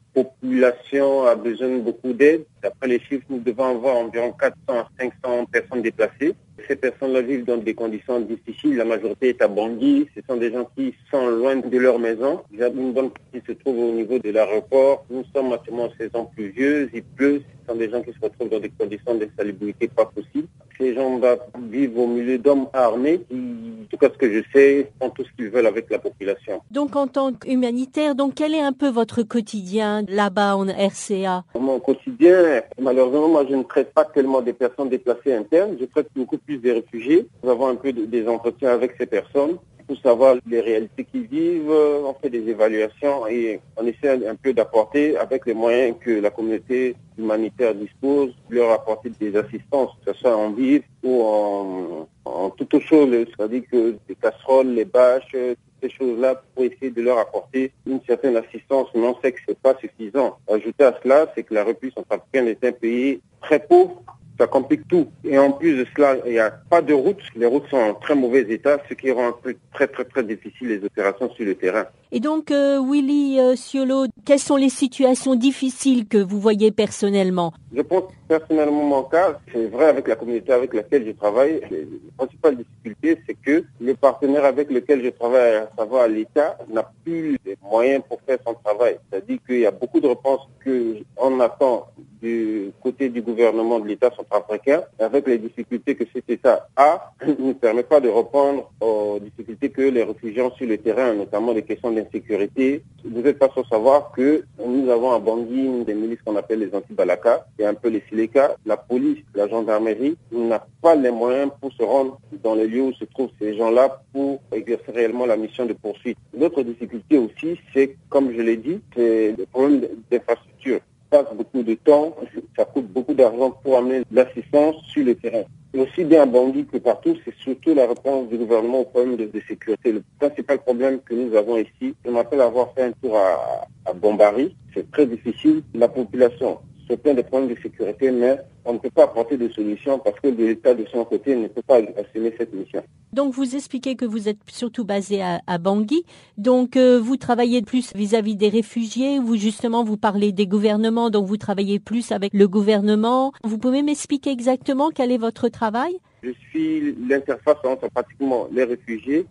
population a besoin de beaucoup d'aide. D'après les chiffres, nous devons avoir environ quatre cents à cinq cents personnes déplacées. Ces personnes-là vivent dans des conditions difficiles. La majorité est à Bangui. Ce sont des gens qui sont loin de leur maison. Une bonne partie se trouve au niveau de l'aéroport. Nous sommes actuellement en saison pluvieuse. Il pleut. Ce sont des gens qui se retrouvent dans des conditions d'insalubrité pas possibles. Ces gens vivent au milieu d'hommes armés qui, en tout cas ce que je sais, font tout ce qu'ils veulent avec la population. Donc en tant qu'humanitaire, donc quel est un peu votre quotidien là-bas en R C A? Mon quotidien, malheureusement, moi je ne traite pas tellement des personnes déplacées internes, je traite beaucoup plus des réfugiés. Nous avons un peu de, des entretiens avec ces personnes pour savoir les réalités qu'ils vivent, on fait des évaluations et on essaie un peu d'apporter avec les moyens que la communauté humanitaire dispose, leur apporter des assistances, que ce soit en vivre ou en, en toute autre chose, c'est-à-dire que les casseroles, les bâches, toutes ces choses-là pour essayer de leur apporter une certaine assistance, mais on sait que c'est pas suffisant. Ajouter à cela, c'est que la République centrafricaine est un pays très pauvre. Ça complique tout. Et en plus de cela, il n'y a pas de routes. Les routes sont en très mauvais état, ce qui rend un peu très très très difficile les opérations sur le terrain. Et donc, euh, Willy euh, Siolo, quelles sont les situations difficiles que vous voyez personnellement? Je pense personnellement mon cas, c'est vrai avec la communauté avec laquelle je travaille. La principale difficulté, c'est que le partenaire avec lequel je travaille, à savoir l'État, n'a plus les moyens pour faire son travail. C'est-à-dire qu'il y a beaucoup de réponses qu'on attend du côté du gouvernement de l'État centrafricain, avec les difficultés que cet État a, ne permet pas de répondre aux difficultés que les réfugiés ont sur le terrain, notamment des questions d'insécurité. Vous n'êtes pas sans savoir que nous avons à Bangui des milices qu'on appelle les anti-Balaka et un peu les Sileka. La police, la gendarmerie n'a pas les moyens pour se rendre dans les lieux où se trouvent ces gens-là pour exercer réellement la mission de poursuite. L'autre difficulté aussi, c'est, comme je l'ai dit, c'est le problème d'infrastructure. Ça passe beaucoup de temps, ça coûte beaucoup d'argent pour amener l'assistance sur le terrain. Et aussi bien à Bangui que partout, c'est surtout la réponse du gouvernement au problème de, de sécurité. Le principal problème que nous avons ici, je m'appelle avoir fait un tour à, à Bombari, c'est très difficile. La population se plaint des problèmes de sécurité, mais on ne peut pas apporter de solution parce que l'État de son côté ne peut pas assumer cette mission. Donc vous expliquez que vous êtes surtout basé à, à Bangui, donc euh, vous travaillez plus vis-à-vis des réfugiés, vous justement vous parlez des gouvernements, donc vous travaillez plus avec le gouvernement. Vous pouvez m'expliquer exactement quel est votre travail? Je suis l'interface entre pratiquement les réfugiés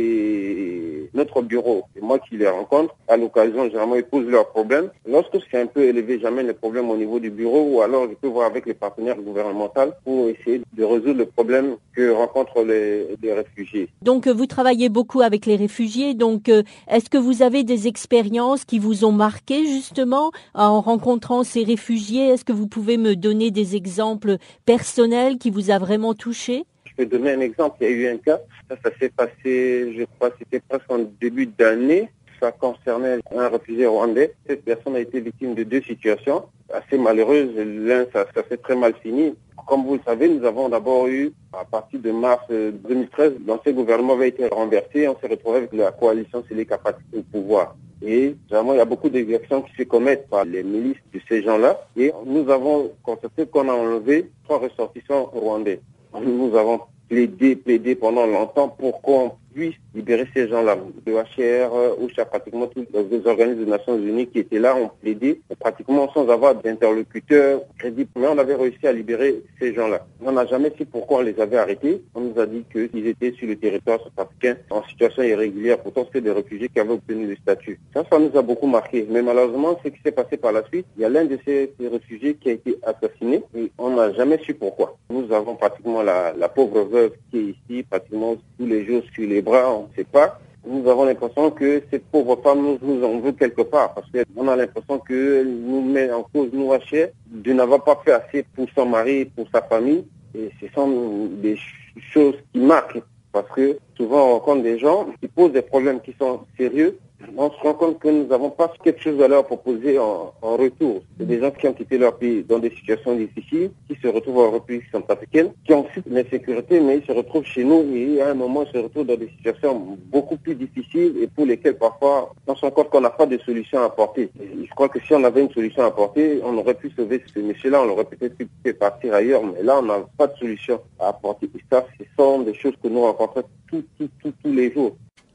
et notre bureau. C'est moi qui les rencontre. À l'occasion, généralement, ils posent leurs problèmes. Lorsque c'est un peu élevé, j'amène les problèmes au niveau du bureau ou alors je peux voir avec les partenaires gouvernementaux pour essayer de résoudre le problème que rencontrent les, les réfugiés. Donc, vous travaillez beaucoup avec les réfugiés. Donc, est-ce que vous avez des expériences qui vous ont marqué justement en rencontrant ces réfugiés? Est-ce que vous pouvez me donner des exemples personnels qui vous a vraiment touché? Je vais donner un exemple. Il y a eu un cas, ça, ça s'est passé, je crois, c'était presque en début d'année. Ça concernait un réfugié rwandais. Cette personne a été victime de deux situations assez malheureuses. L'un, ça, ça s'est très mal fini. Comme vous le savez, nous avons d'abord eu, à partir de mars deux mille treize, l'ancien gouvernement avait été renversé. On s'est retrouvé avec la coalition Seleka au pouvoir. Et vraiment, il y a beaucoup d'exactions qui se commettent par les milices de ces gens-là. Et nous avons constaté qu'on a enlevé trois ressortissants rwandais. Nous avons plaidé, plaidé pendant longtemps pour qu'on puisse libérer ces gens-là. Le H C R, O C H A, pratiquement tous les organismes des Nations Unies qui étaient là ont plaidé, pratiquement sans avoir d'interlocuteurs crédibles. Mais on avait réussi à libérer ces gens-là. On n'a jamais su pourquoi on les avait arrêtés. On nous a dit qu'ils étaient sur le territoire centrafricain en situation irrégulière. Pourtant, c'était des réfugiés qui avaient obtenu le statut. Ça, ça nous a beaucoup marqué. Mais malheureusement, ce qui s'est passé par la suite, il y a l'un de ces, ces réfugiés qui a été assassiné et on n'a jamais su pourquoi. Nous avons pratiquement la, la pauvre veuve qui est ici, pratiquement tous les jours sur les bras, on ne sait pas. Nous avons l'impression que cette pauvre femme nous, nous en veut quelque part parce qu'on a l'impression qu'elle nous met en cause, nous hachets, de n'avoir pas fait assez pour son mari, pour sa famille. Et ce sont des choses qui marquent parce que souvent on rencontre des gens qui posent des problèmes qui sont sérieux. On se rend compte que nous n'avons pas quelque chose à leur proposer en, en retour. C'est des gens qui ont quitté leur pays dans des situations difficiles, qui se retrouvent en République centrafricaine, qui ont fui l'insécurité, mais ils se retrouvent chez nous et à un moment ils se retrouvent dans des situations beaucoup plus difficiles et pour lesquelles parfois on se rend compte qu'on n'a pas de solution à apporter. Et je crois que si on avait une solution à apporter, on aurait pu sauver ce monsieur-là, on aurait peut-être pu partir ailleurs, mais là on n'a pas de solution à apporter. Et ça, ce sont des choses que nous rencontrons tous, tous, tous, tous les jours.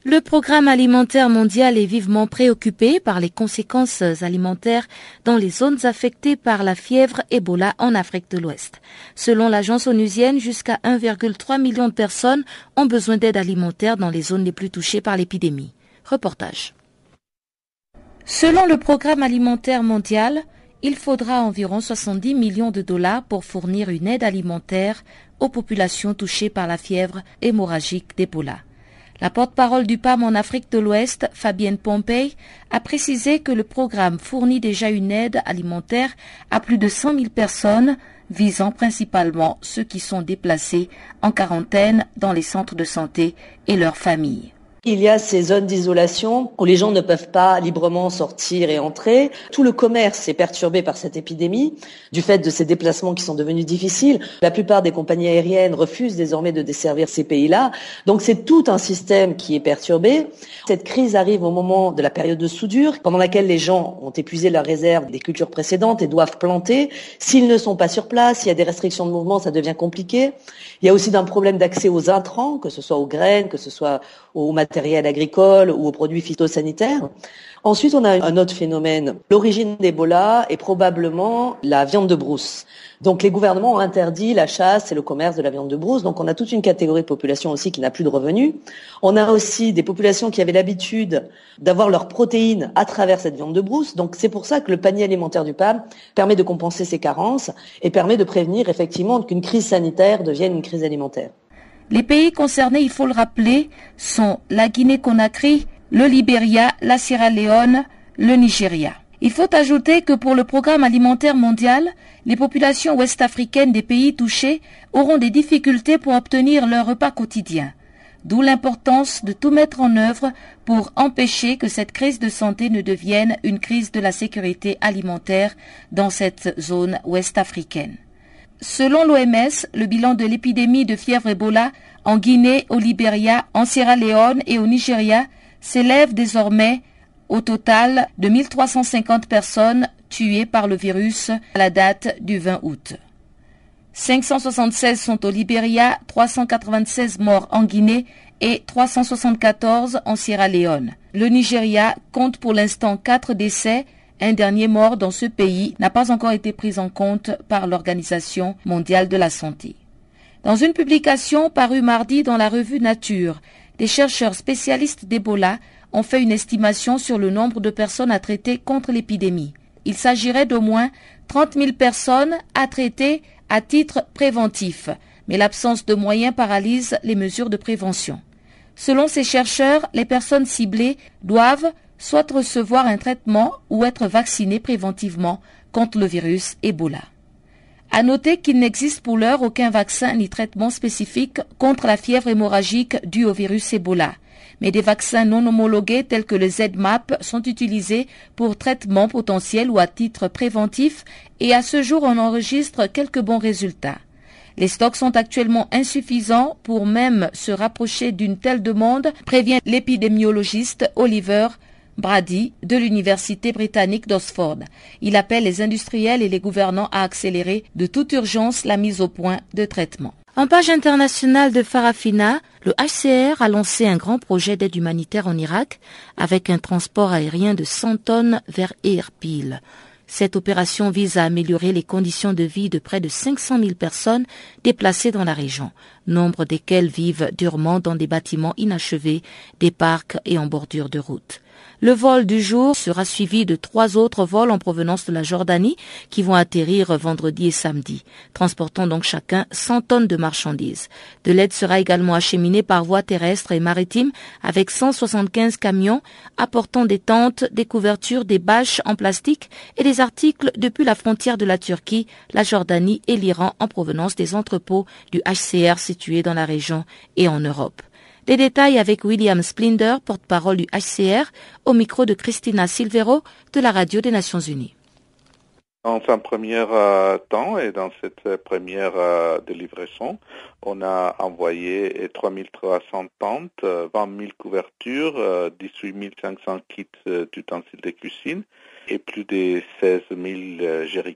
Le programme alimentaire mondial est vivement préoccupé par les conséquences alimentaires dans les zones affectées par la fièvre Ebola en Afrique de l'Ouest. Selon l'agence onusienne, jusqu'à un virgule trois million de personnes ont besoin d'aide alimentaire dans les zones les plus touchées par l'épidémie. Reportage. Selon le programme alimentaire mondial, il faudra environ soixante-dix millions de dollars pour fournir une aide alimentaire aux populations touchées par la fièvre hémorragique d'Ebola. La porte-parole du P A M en Afrique de l'Ouest, Fabienne Pompey, a précisé que le programme fournit déjà une aide alimentaire à plus de cent mille personnes, visant principalement ceux qui sont déplacés en quarantaine dans les centres de santé et leurs familles. Il y a ces zones d'isolation où les gens ne peuvent pas librement sortir et entrer. Tout le commerce est perturbé par cette épidémie, du fait de ces déplacements qui sont devenus difficiles. La plupart des compagnies aériennes refusent désormais de desservir ces pays-là. Donc c'est tout un système qui est perturbé. Cette crise arrive au moment de la période de soudure, pendant laquelle les gens ont épuisé leurs réserves des cultures précédentes et doivent planter. S'ils ne sont pas sur place, il y a des restrictions de mouvement, ça devient compliqué. Il y a aussi un problème d'accès aux intrants, que ce soit aux graines, que ce soit aux matériel agricole ou aux produits phytosanitaires. Ensuite, on a un autre phénomène. L'origine d'Ebola est probablement la viande de brousse. Donc les gouvernements ont interdit la chasse et le commerce de la viande de brousse. Donc on a toute une catégorie de population aussi qui n'a plus de revenus. On a aussi des populations qui avaient l'habitude d'avoir leurs protéines à travers cette viande de brousse. Donc c'est pour ça que le panier alimentaire du P A M permet de compenser ces carences et permet de prévenir effectivement qu'une crise sanitaire devienne une crise alimentaire. Les pays concernés, il faut le rappeler, sont la Guinée-Conakry, le Libéria, la Sierra Leone, le Nigeria. Il faut ajouter que pour le programme alimentaire mondial, les populations ouest-africaines des pays touchés auront des difficultés pour obtenir leur repas quotidien. D'où l'importance de tout mettre en œuvre pour empêcher que cette crise de santé ne devienne une crise de la sécurité alimentaire dans cette zone ouest-africaine. Selon l'O M S, le bilan de l'épidémie de fièvre Ebola en Guinée, au Libéria, en Sierra Leone et au Nigeria s'élève désormais au total de mille trois cent cinquante personnes tuées par le virus à la date du vingt août. cinq cent soixante-seize sont au Libéria, trois cent quatre-vingt-seize morts en Guinée et trois cent soixante-quatorze en Sierra Leone. Le Nigeria compte pour l'instant quatre décès. Un dernier mort dans ce pays n'a pas encore été pris en compte par l'Organisation mondiale de la santé. Dans une publication parue mardi dans la revue Nature, des chercheurs spécialistes d'Ebola ont fait une estimation sur le nombre de personnes à traiter contre l'épidémie. Il s'agirait d'au moins trente mille personnes à traiter à titre préventif, mais l'absence de moyens paralyse les mesures de prévention. Selon ces chercheurs, les personnes ciblées doivent soit recevoir un traitement ou être vaccinées préventivement contre le virus Ebola. À noter qu'il n'existe pour l'heure aucun vaccin ni traitement spécifique contre la fièvre hémorragique due au virus Ebola, mais des vaccins non homologués tels que le Z M A P sont utilisés pour traitement potentiel ou à titre préventif et à ce jour on enregistre quelques bons résultats. Les stocks sont actuellement insuffisants pour même se rapprocher d'une telle demande, prévient l'épidémiologiste Oliver Brady de l'Université britannique d'Oxford. Il appelle les industriels et les gouvernants à accélérer de toute urgence la mise au point de traitement. En page internationale de Farafina, le H C R a lancé un grand projet d'aide humanitaire en Irak avec un transport aérien de cent tonnes vers Erbil. Cette opération vise à améliorer les conditions de vie de près de cinq cent mille personnes déplacées dans la région, nombre desquelles vivent durement dans des bâtiments inachevés, des parcs et en bordure de route. Le vol du jour sera suivi de trois autres vols en provenance de la Jordanie qui vont atterrir vendredi et samedi, transportant donc chacun cent tonnes de marchandises. De l'aide sera également acheminée par voie terrestre et maritime avec cent soixante-quinze camions apportant des tentes, des couvertures, des bâches en plastique et des articles depuis la frontière de la Turquie, la Jordanie et l'Iran en provenance des entrepôts du H C R situés dans la région et en Europe. Les détails avec William Splinder, porte-parole du H C R, au micro de Christina Silvero de la Radio des Nations Unies. Dans un premier euh, temps et dans cette première euh, de livraison, on a envoyé trois mille trois cents tentes, euh, vingt mille couvertures, euh, dix-huit mille cinq cents kits euh, d'ustensiles de cuisine et plus de seize mille euh, jerrycans.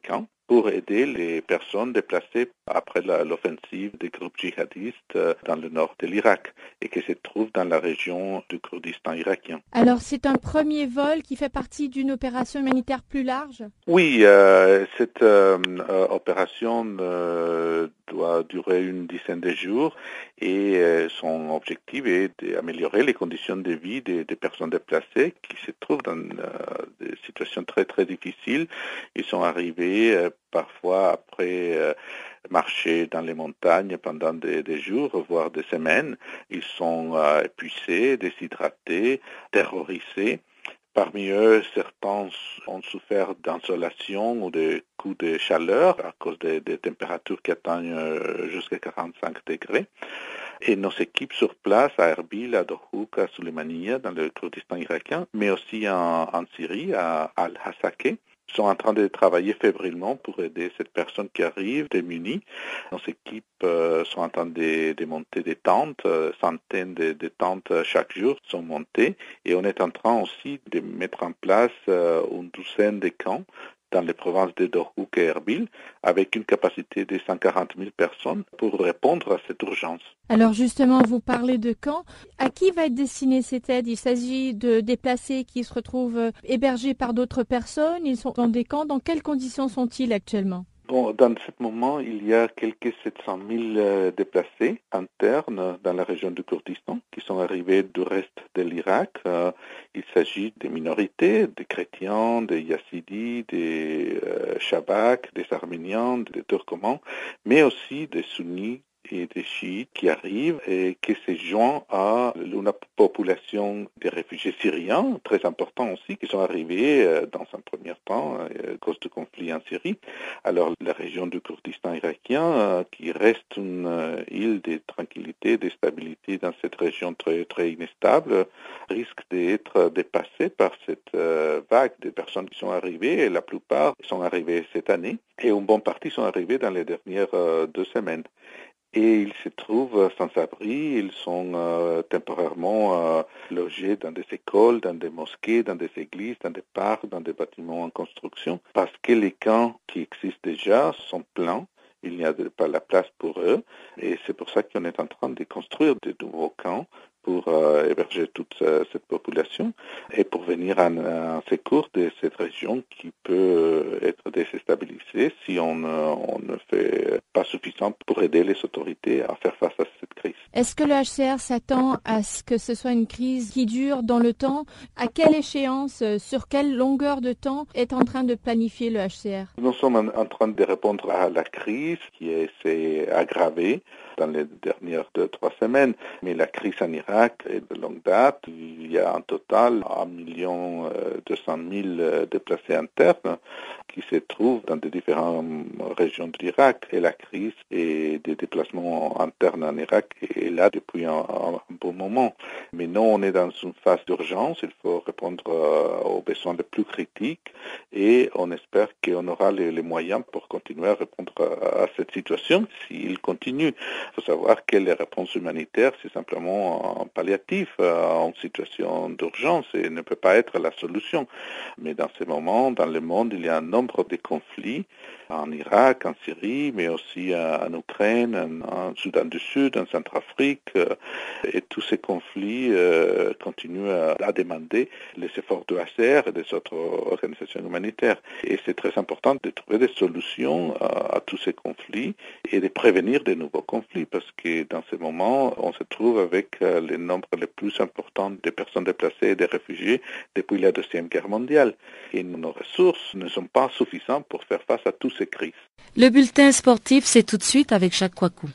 pour aider les personnes déplacées après la, l'offensive des groupes djihadistes dans le nord de l'Irak et qui se trouvent dans la région du Kurdistan irakien. Alors c'est un premier vol qui fait partie d'une opération humanitaire plus large ? Oui, euh, cette euh, opération euh, doit durer une dizaine de jours et euh, son objectif est d'améliorer les conditions de vie des, des personnes déplacées qui se trouvent dans euh, des situations très très difficiles. Ils sont arrivés euh, parfois après euh, marcher dans les montagnes pendant des, des jours, voire des semaines. Ils sont euh, épuisés, déshydratés, terrorisés. Parmi eux, certains ont souffert d'insolation ou de coups de chaleur à cause des, des températures qui atteignent jusqu'à quarante-cinq degrés. Et nos équipes sur place à Erbil, à Dohuk, à Suleymaniye, dans le Kurdistan irakien, mais aussi en, en Syrie, à Al-Hasakeh, sont en train de travailler fébrilement pour aider cette personne qui arrive démunie. Nos équipes euh, sont en train de, de monter des tentes, euh, centaines de, de tentes chaque jour sont montées, et on est en train aussi de mettre en place euh, une douzaine de camps dans les provinces de Dohuk et Erbil, avec une capacité de cent quarante mille personnes pour répondre à cette urgence. Alors justement, vous parlez de camps. À qui va être destinée cette aide ? Il s'agit de déplacés qui se retrouvent hébergés par d'autres personnes. Ils sont dans des camps. Dans quelles conditions sont-ils actuellement ? Bon, dans ce moment, il y a quelques sept cent mille euh, déplacés internes dans la région du Kurdistan qui sont arrivés du reste de l'Irak. Euh, il s'agit des minorités, des chrétiens, des yazidis, des euh, Shabaks, des Arméniens, des Turcomans, mais aussi des sunnis et des chiites qui arrivent et qui se joignent à une population des réfugiés syriens, très important aussi, qui sont arrivés dans un premier temps à cause du conflit en Syrie. Alors la région du Kurdistan irakien, qui reste une île de tranquillité, de stabilité dans cette région très, très inestable, risque d'être dépassée par cette vague de personnes qui sont arrivées, et la plupart sont arrivées cette année, et une bonne partie sont arrivées dans les dernières deux semaines. Et ils se trouvent sans abri, ils sont euh, temporairement euh, logés dans des écoles, dans des mosquées, dans des églises, dans des parcs, dans des bâtiments en construction, parce que les camps qui existent déjà sont pleins. Il n'y a pas la place pour eux, et c'est pour ça qu'on est en train de construire de nouveaux camps pour euh, héberger toute euh, cette population et pour venir en, en secours de cette région qui peut être déstabilisée si on, euh, on ne fait pas suffisant pour aider les autorités à faire face à cette crise. Est-ce que le H C R s'attend à ce que ce soit une crise qui dure dans le temps ? À quelle échéance, sur quelle longueur de temps est en train de planifier le H C R ? Nous sommes en, en train de répondre à la crise qui s'est aggravée dans les dernières deux, trois semaines. Mais la crise en Irak est de longue date. Il y a en total un million deux cent mille déplacés internes qui se trouvent dans des différentes régions de l'Irak. Et la crise et des déplacements internes en Irak est là depuis un, un bon moment. Mais nous, on est dans une phase d'urgence. Il faut répondre aux besoins les plus critiques et on espère qu'on aura les, les moyens pour continuer à répondre à, à cette situation s'il continue. Il faut savoir que les réponses humanitaires, c'est simplement un palliatif à une situation d'urgence et ne peut pas être la solution. Mais dans ces moments, dans le monde, il y a un nombre de conflits en Irak, en Syrie, mais aussi en Ukraine, en Soudan du Sud, en Centrafrique. Et tous ces conflits euh, continuent à, à demander les efforts du H C R et des autres organisations humanitaires. Et c'est très important de trouver des solutions à, à tous ces conflits et de prévenir de nouveaux conflits, parce que dans ces moments, on se trouve avec euh, le nombre le plus important de personnes déplacées et de réfugiés depuis la Deuxième Guerre mondiale. Et nos ressources ne sont pas suffisantes pour faire face à toutes ces crises. Le bulletin sportif, c'est tout de suite avec Jacques Kouakou.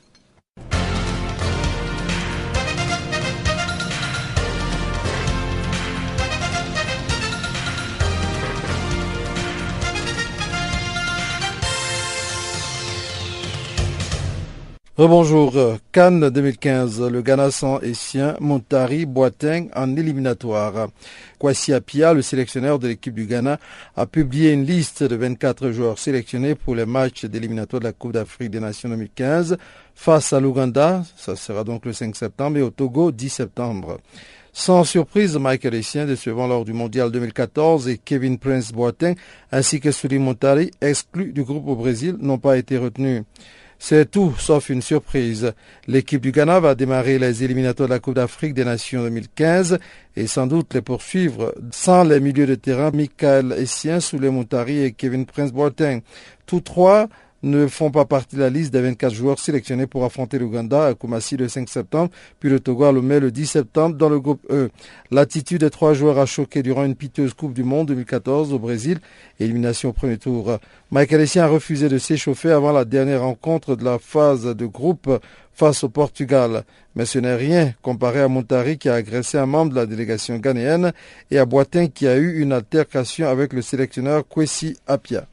Rebonjour. Cannes deux mille quinze, le Ghana sans Essien, Montari, Boateng en éliminatoire. Kwasi Appiah, le sélectionneur de l'équipe du Ghana, a publié une liste de vingt-quatre joueurs sélectionnés pour les matchs d'éliminatoire de la Coupe d'Afrique des Nations deux mille quinze face à l'Ouganda. Ça sera donc le cinq septembre et au Togo dix septembre. Sans surprise, Michael Essien, décevant lors du mondial deux mille quatorze, et Kevin Prince Boateng ainsi que Sully Montari, exclus du groupe au Brésil, n'ont pas été retenus. C'est tout sauf une surprise. L'équipe du Ghana va démarrer les éliminatoires de la Coupe d'Afrique des Nations deux mille quinze et sans doute les poursuivre sans les milieux de terrain Michael Essien, Sully Montari et Kevin Prince Boateng. Tous trois ne font pas partie de la liste des vingt-quatre joueurs sélectionnés pour affronter l'Ouganda à Kumasi le cinq septembre, puis le Togo à Lomé le dix septembre dans le groupe E. L'attitude des trois joueurs a choqué durant une piteuse Coupe du Monde deux mille quatorze au Brésil, élimination au premier tour. Michael Essien a refusé de s'échauffer avant la dernière rencontre de la phase de groupe face au Portugal. Mais ce n'est rien comparé à Montari qui a agressé un membre de la délégation ghanéenne et à Boateng qui a eu une altercation avec le sélectionneur Kwesi Appiah.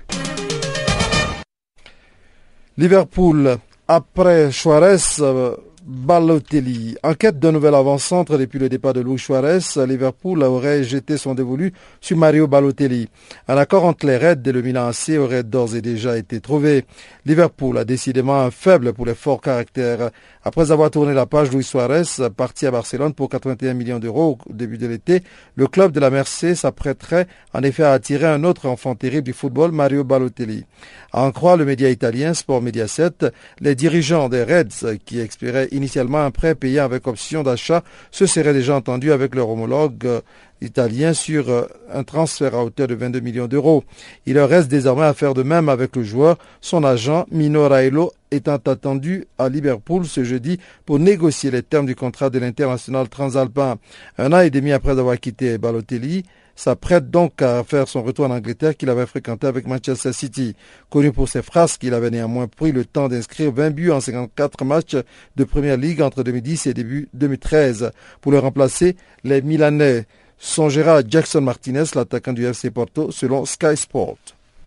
Liverpool, après Suarez, Balotelli. En quête d'un nouvel avant-centre depuis le départ de Luis Suarez, Liverpool aurait jeté son dévolu sur Mario Balotelli. Un accord entre les Reds et le Milan A C aurait d'ores et déjà été trouvé. Liverpool a décidément un faible pour les forts caractères. Après avoir tourné la page, Luis Suarez, parti à Barcelone pour quatre-vingt-un millions d'euros au début de l'été, le club de la Mercé s'apprêterait en effet à attirer un autre enfant terrible du football, Mario Balotelli. À en croire le média italien Sport Mediaset, les dirigeants des Reds, qui espéraient initialement un prêt payé avec option d'achat, se seraient déjà entendus avec leur homologue italien sur un transfert à hauteur de vingt-deux millions d'euros. Il leur reste désormais à faire de même avec le joueur, son agent Mino Raiola étant attendu à Liverpool ce jeudi pour négocier les termes du contrat de l'international transalpin. Un an et demi après avoir quitté Balotelli, s'apprête donc à faire son retour en Angleterre qu'il avait fréquenté avec Manchester City. Connu pour ses frasques, il avait néanmoins pris le temps d'inscrire vingt buts en cinquante-quatre matchs de Première Ligue entre deux mille dix et début deux mille treize. Pour le remplacer, les Milanais songera à Jackson Martinez, l'attaquant du F C Porto, selon Sky Sport.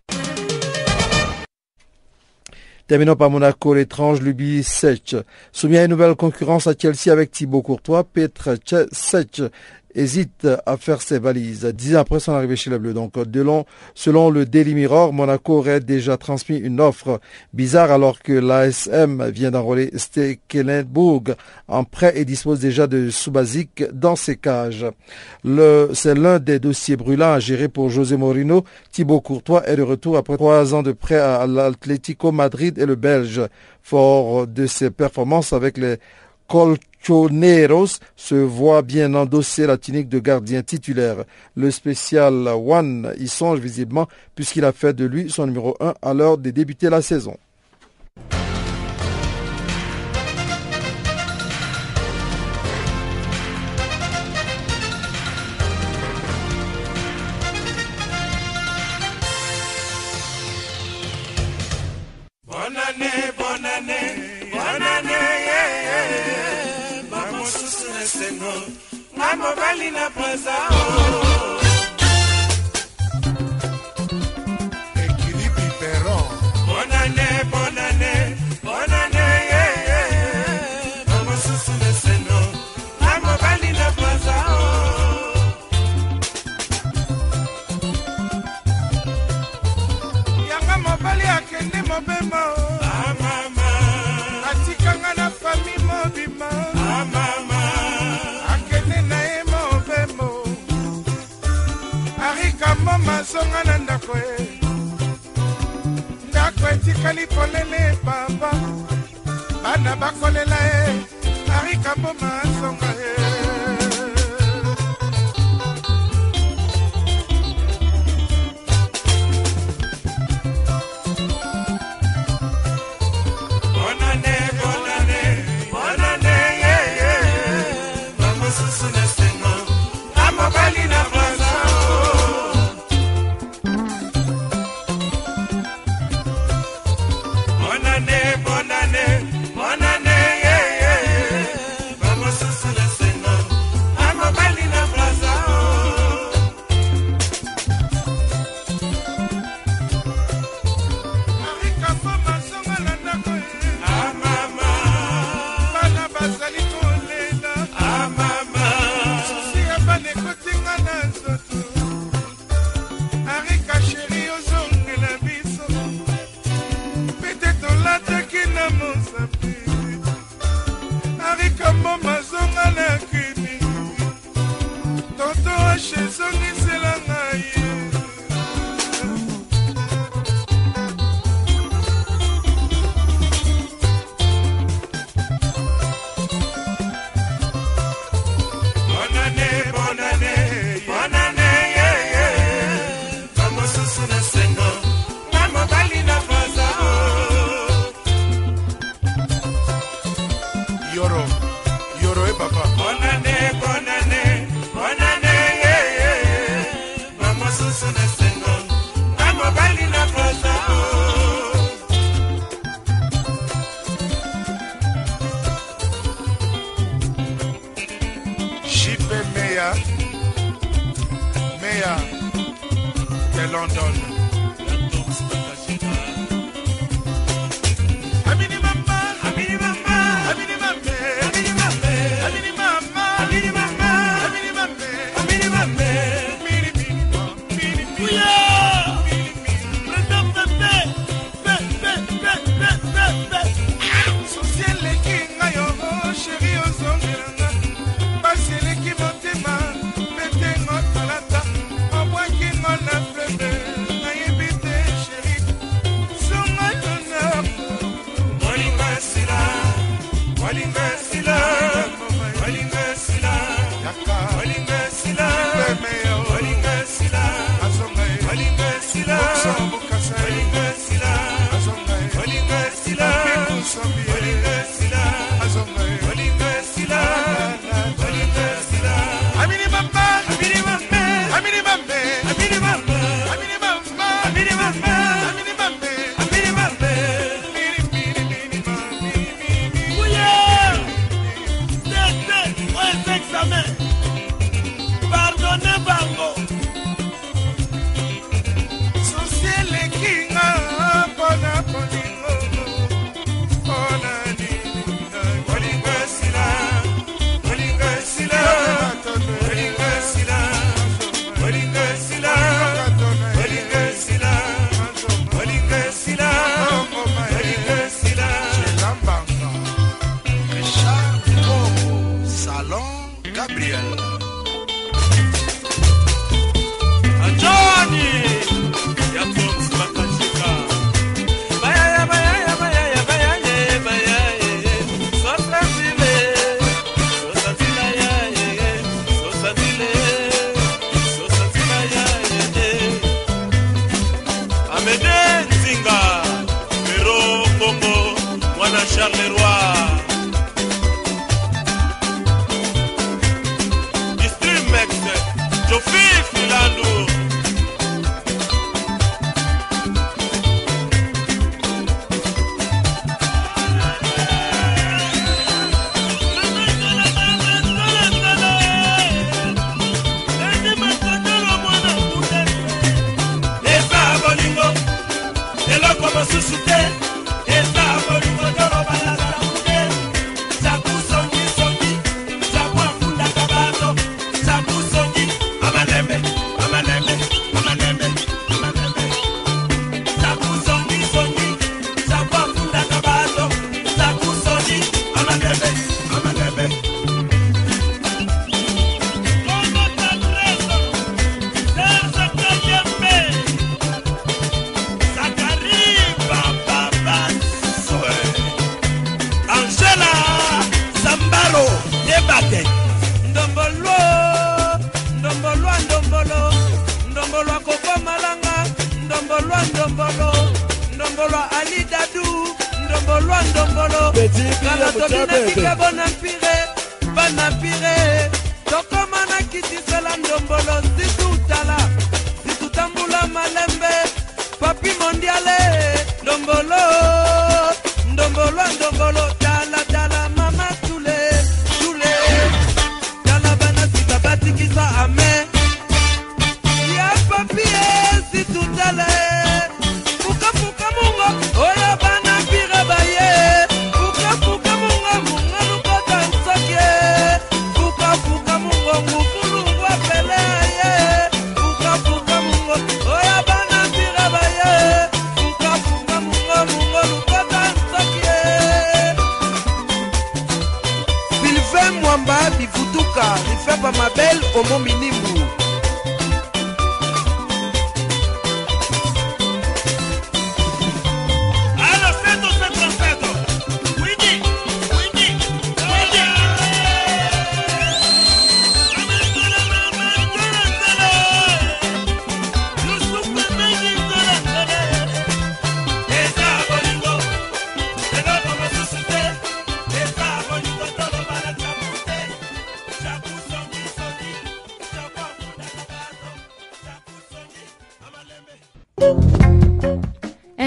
Terminons par Monaco, l'étrange Lubi Sech. Soumis à une nouvelle concurrence à Chelsea avec Thibaut Courtois, Petr Sech hésite à faire ses valises. Dix ans après son arrivée chez les Bleus. Donc, selon, selon le Daily Mirror, Monaco aurait déjà transmis une offre bizarre alors que l'A S M vient d'enrôler Stekelenburg en prêt et dispose déjà de Subasic dans ses cages. Le, c'est l'un des dossiers brûlants à gérer pour José Mourinho. Thibaut Courtois est de retour après trois ans de prêt à l'Atlético Madrid et le Belge. Fort de ses performances avec les Colchoneros, se voit bien endosser la tunique de gardien titulaire. Le spécial One y songe visiblement puisqu'il a fait de lui son numéro un à l'heure de débuter la saison. Bonne année, bonne année, bonne année, yeah, yeah. Maman sous le seno, maman valina presa. Équilibre Perron. Bonne année, bonne année, bonne année, yeah, yeah. Maman sous le seno, maman valina presa. Yanga mobali akende mobemo. Ah mama, atikanga na fami mobima. Ah mama, akende na ye mobemo. Arika mama songa na ndako e. Ndako etikali polele papa. Bana bakolela e. Arika mama songa e.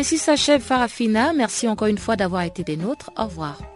Ainsi s'achève Farafina. Merci encore une fois d'avoir été des nôtres. Au revoir.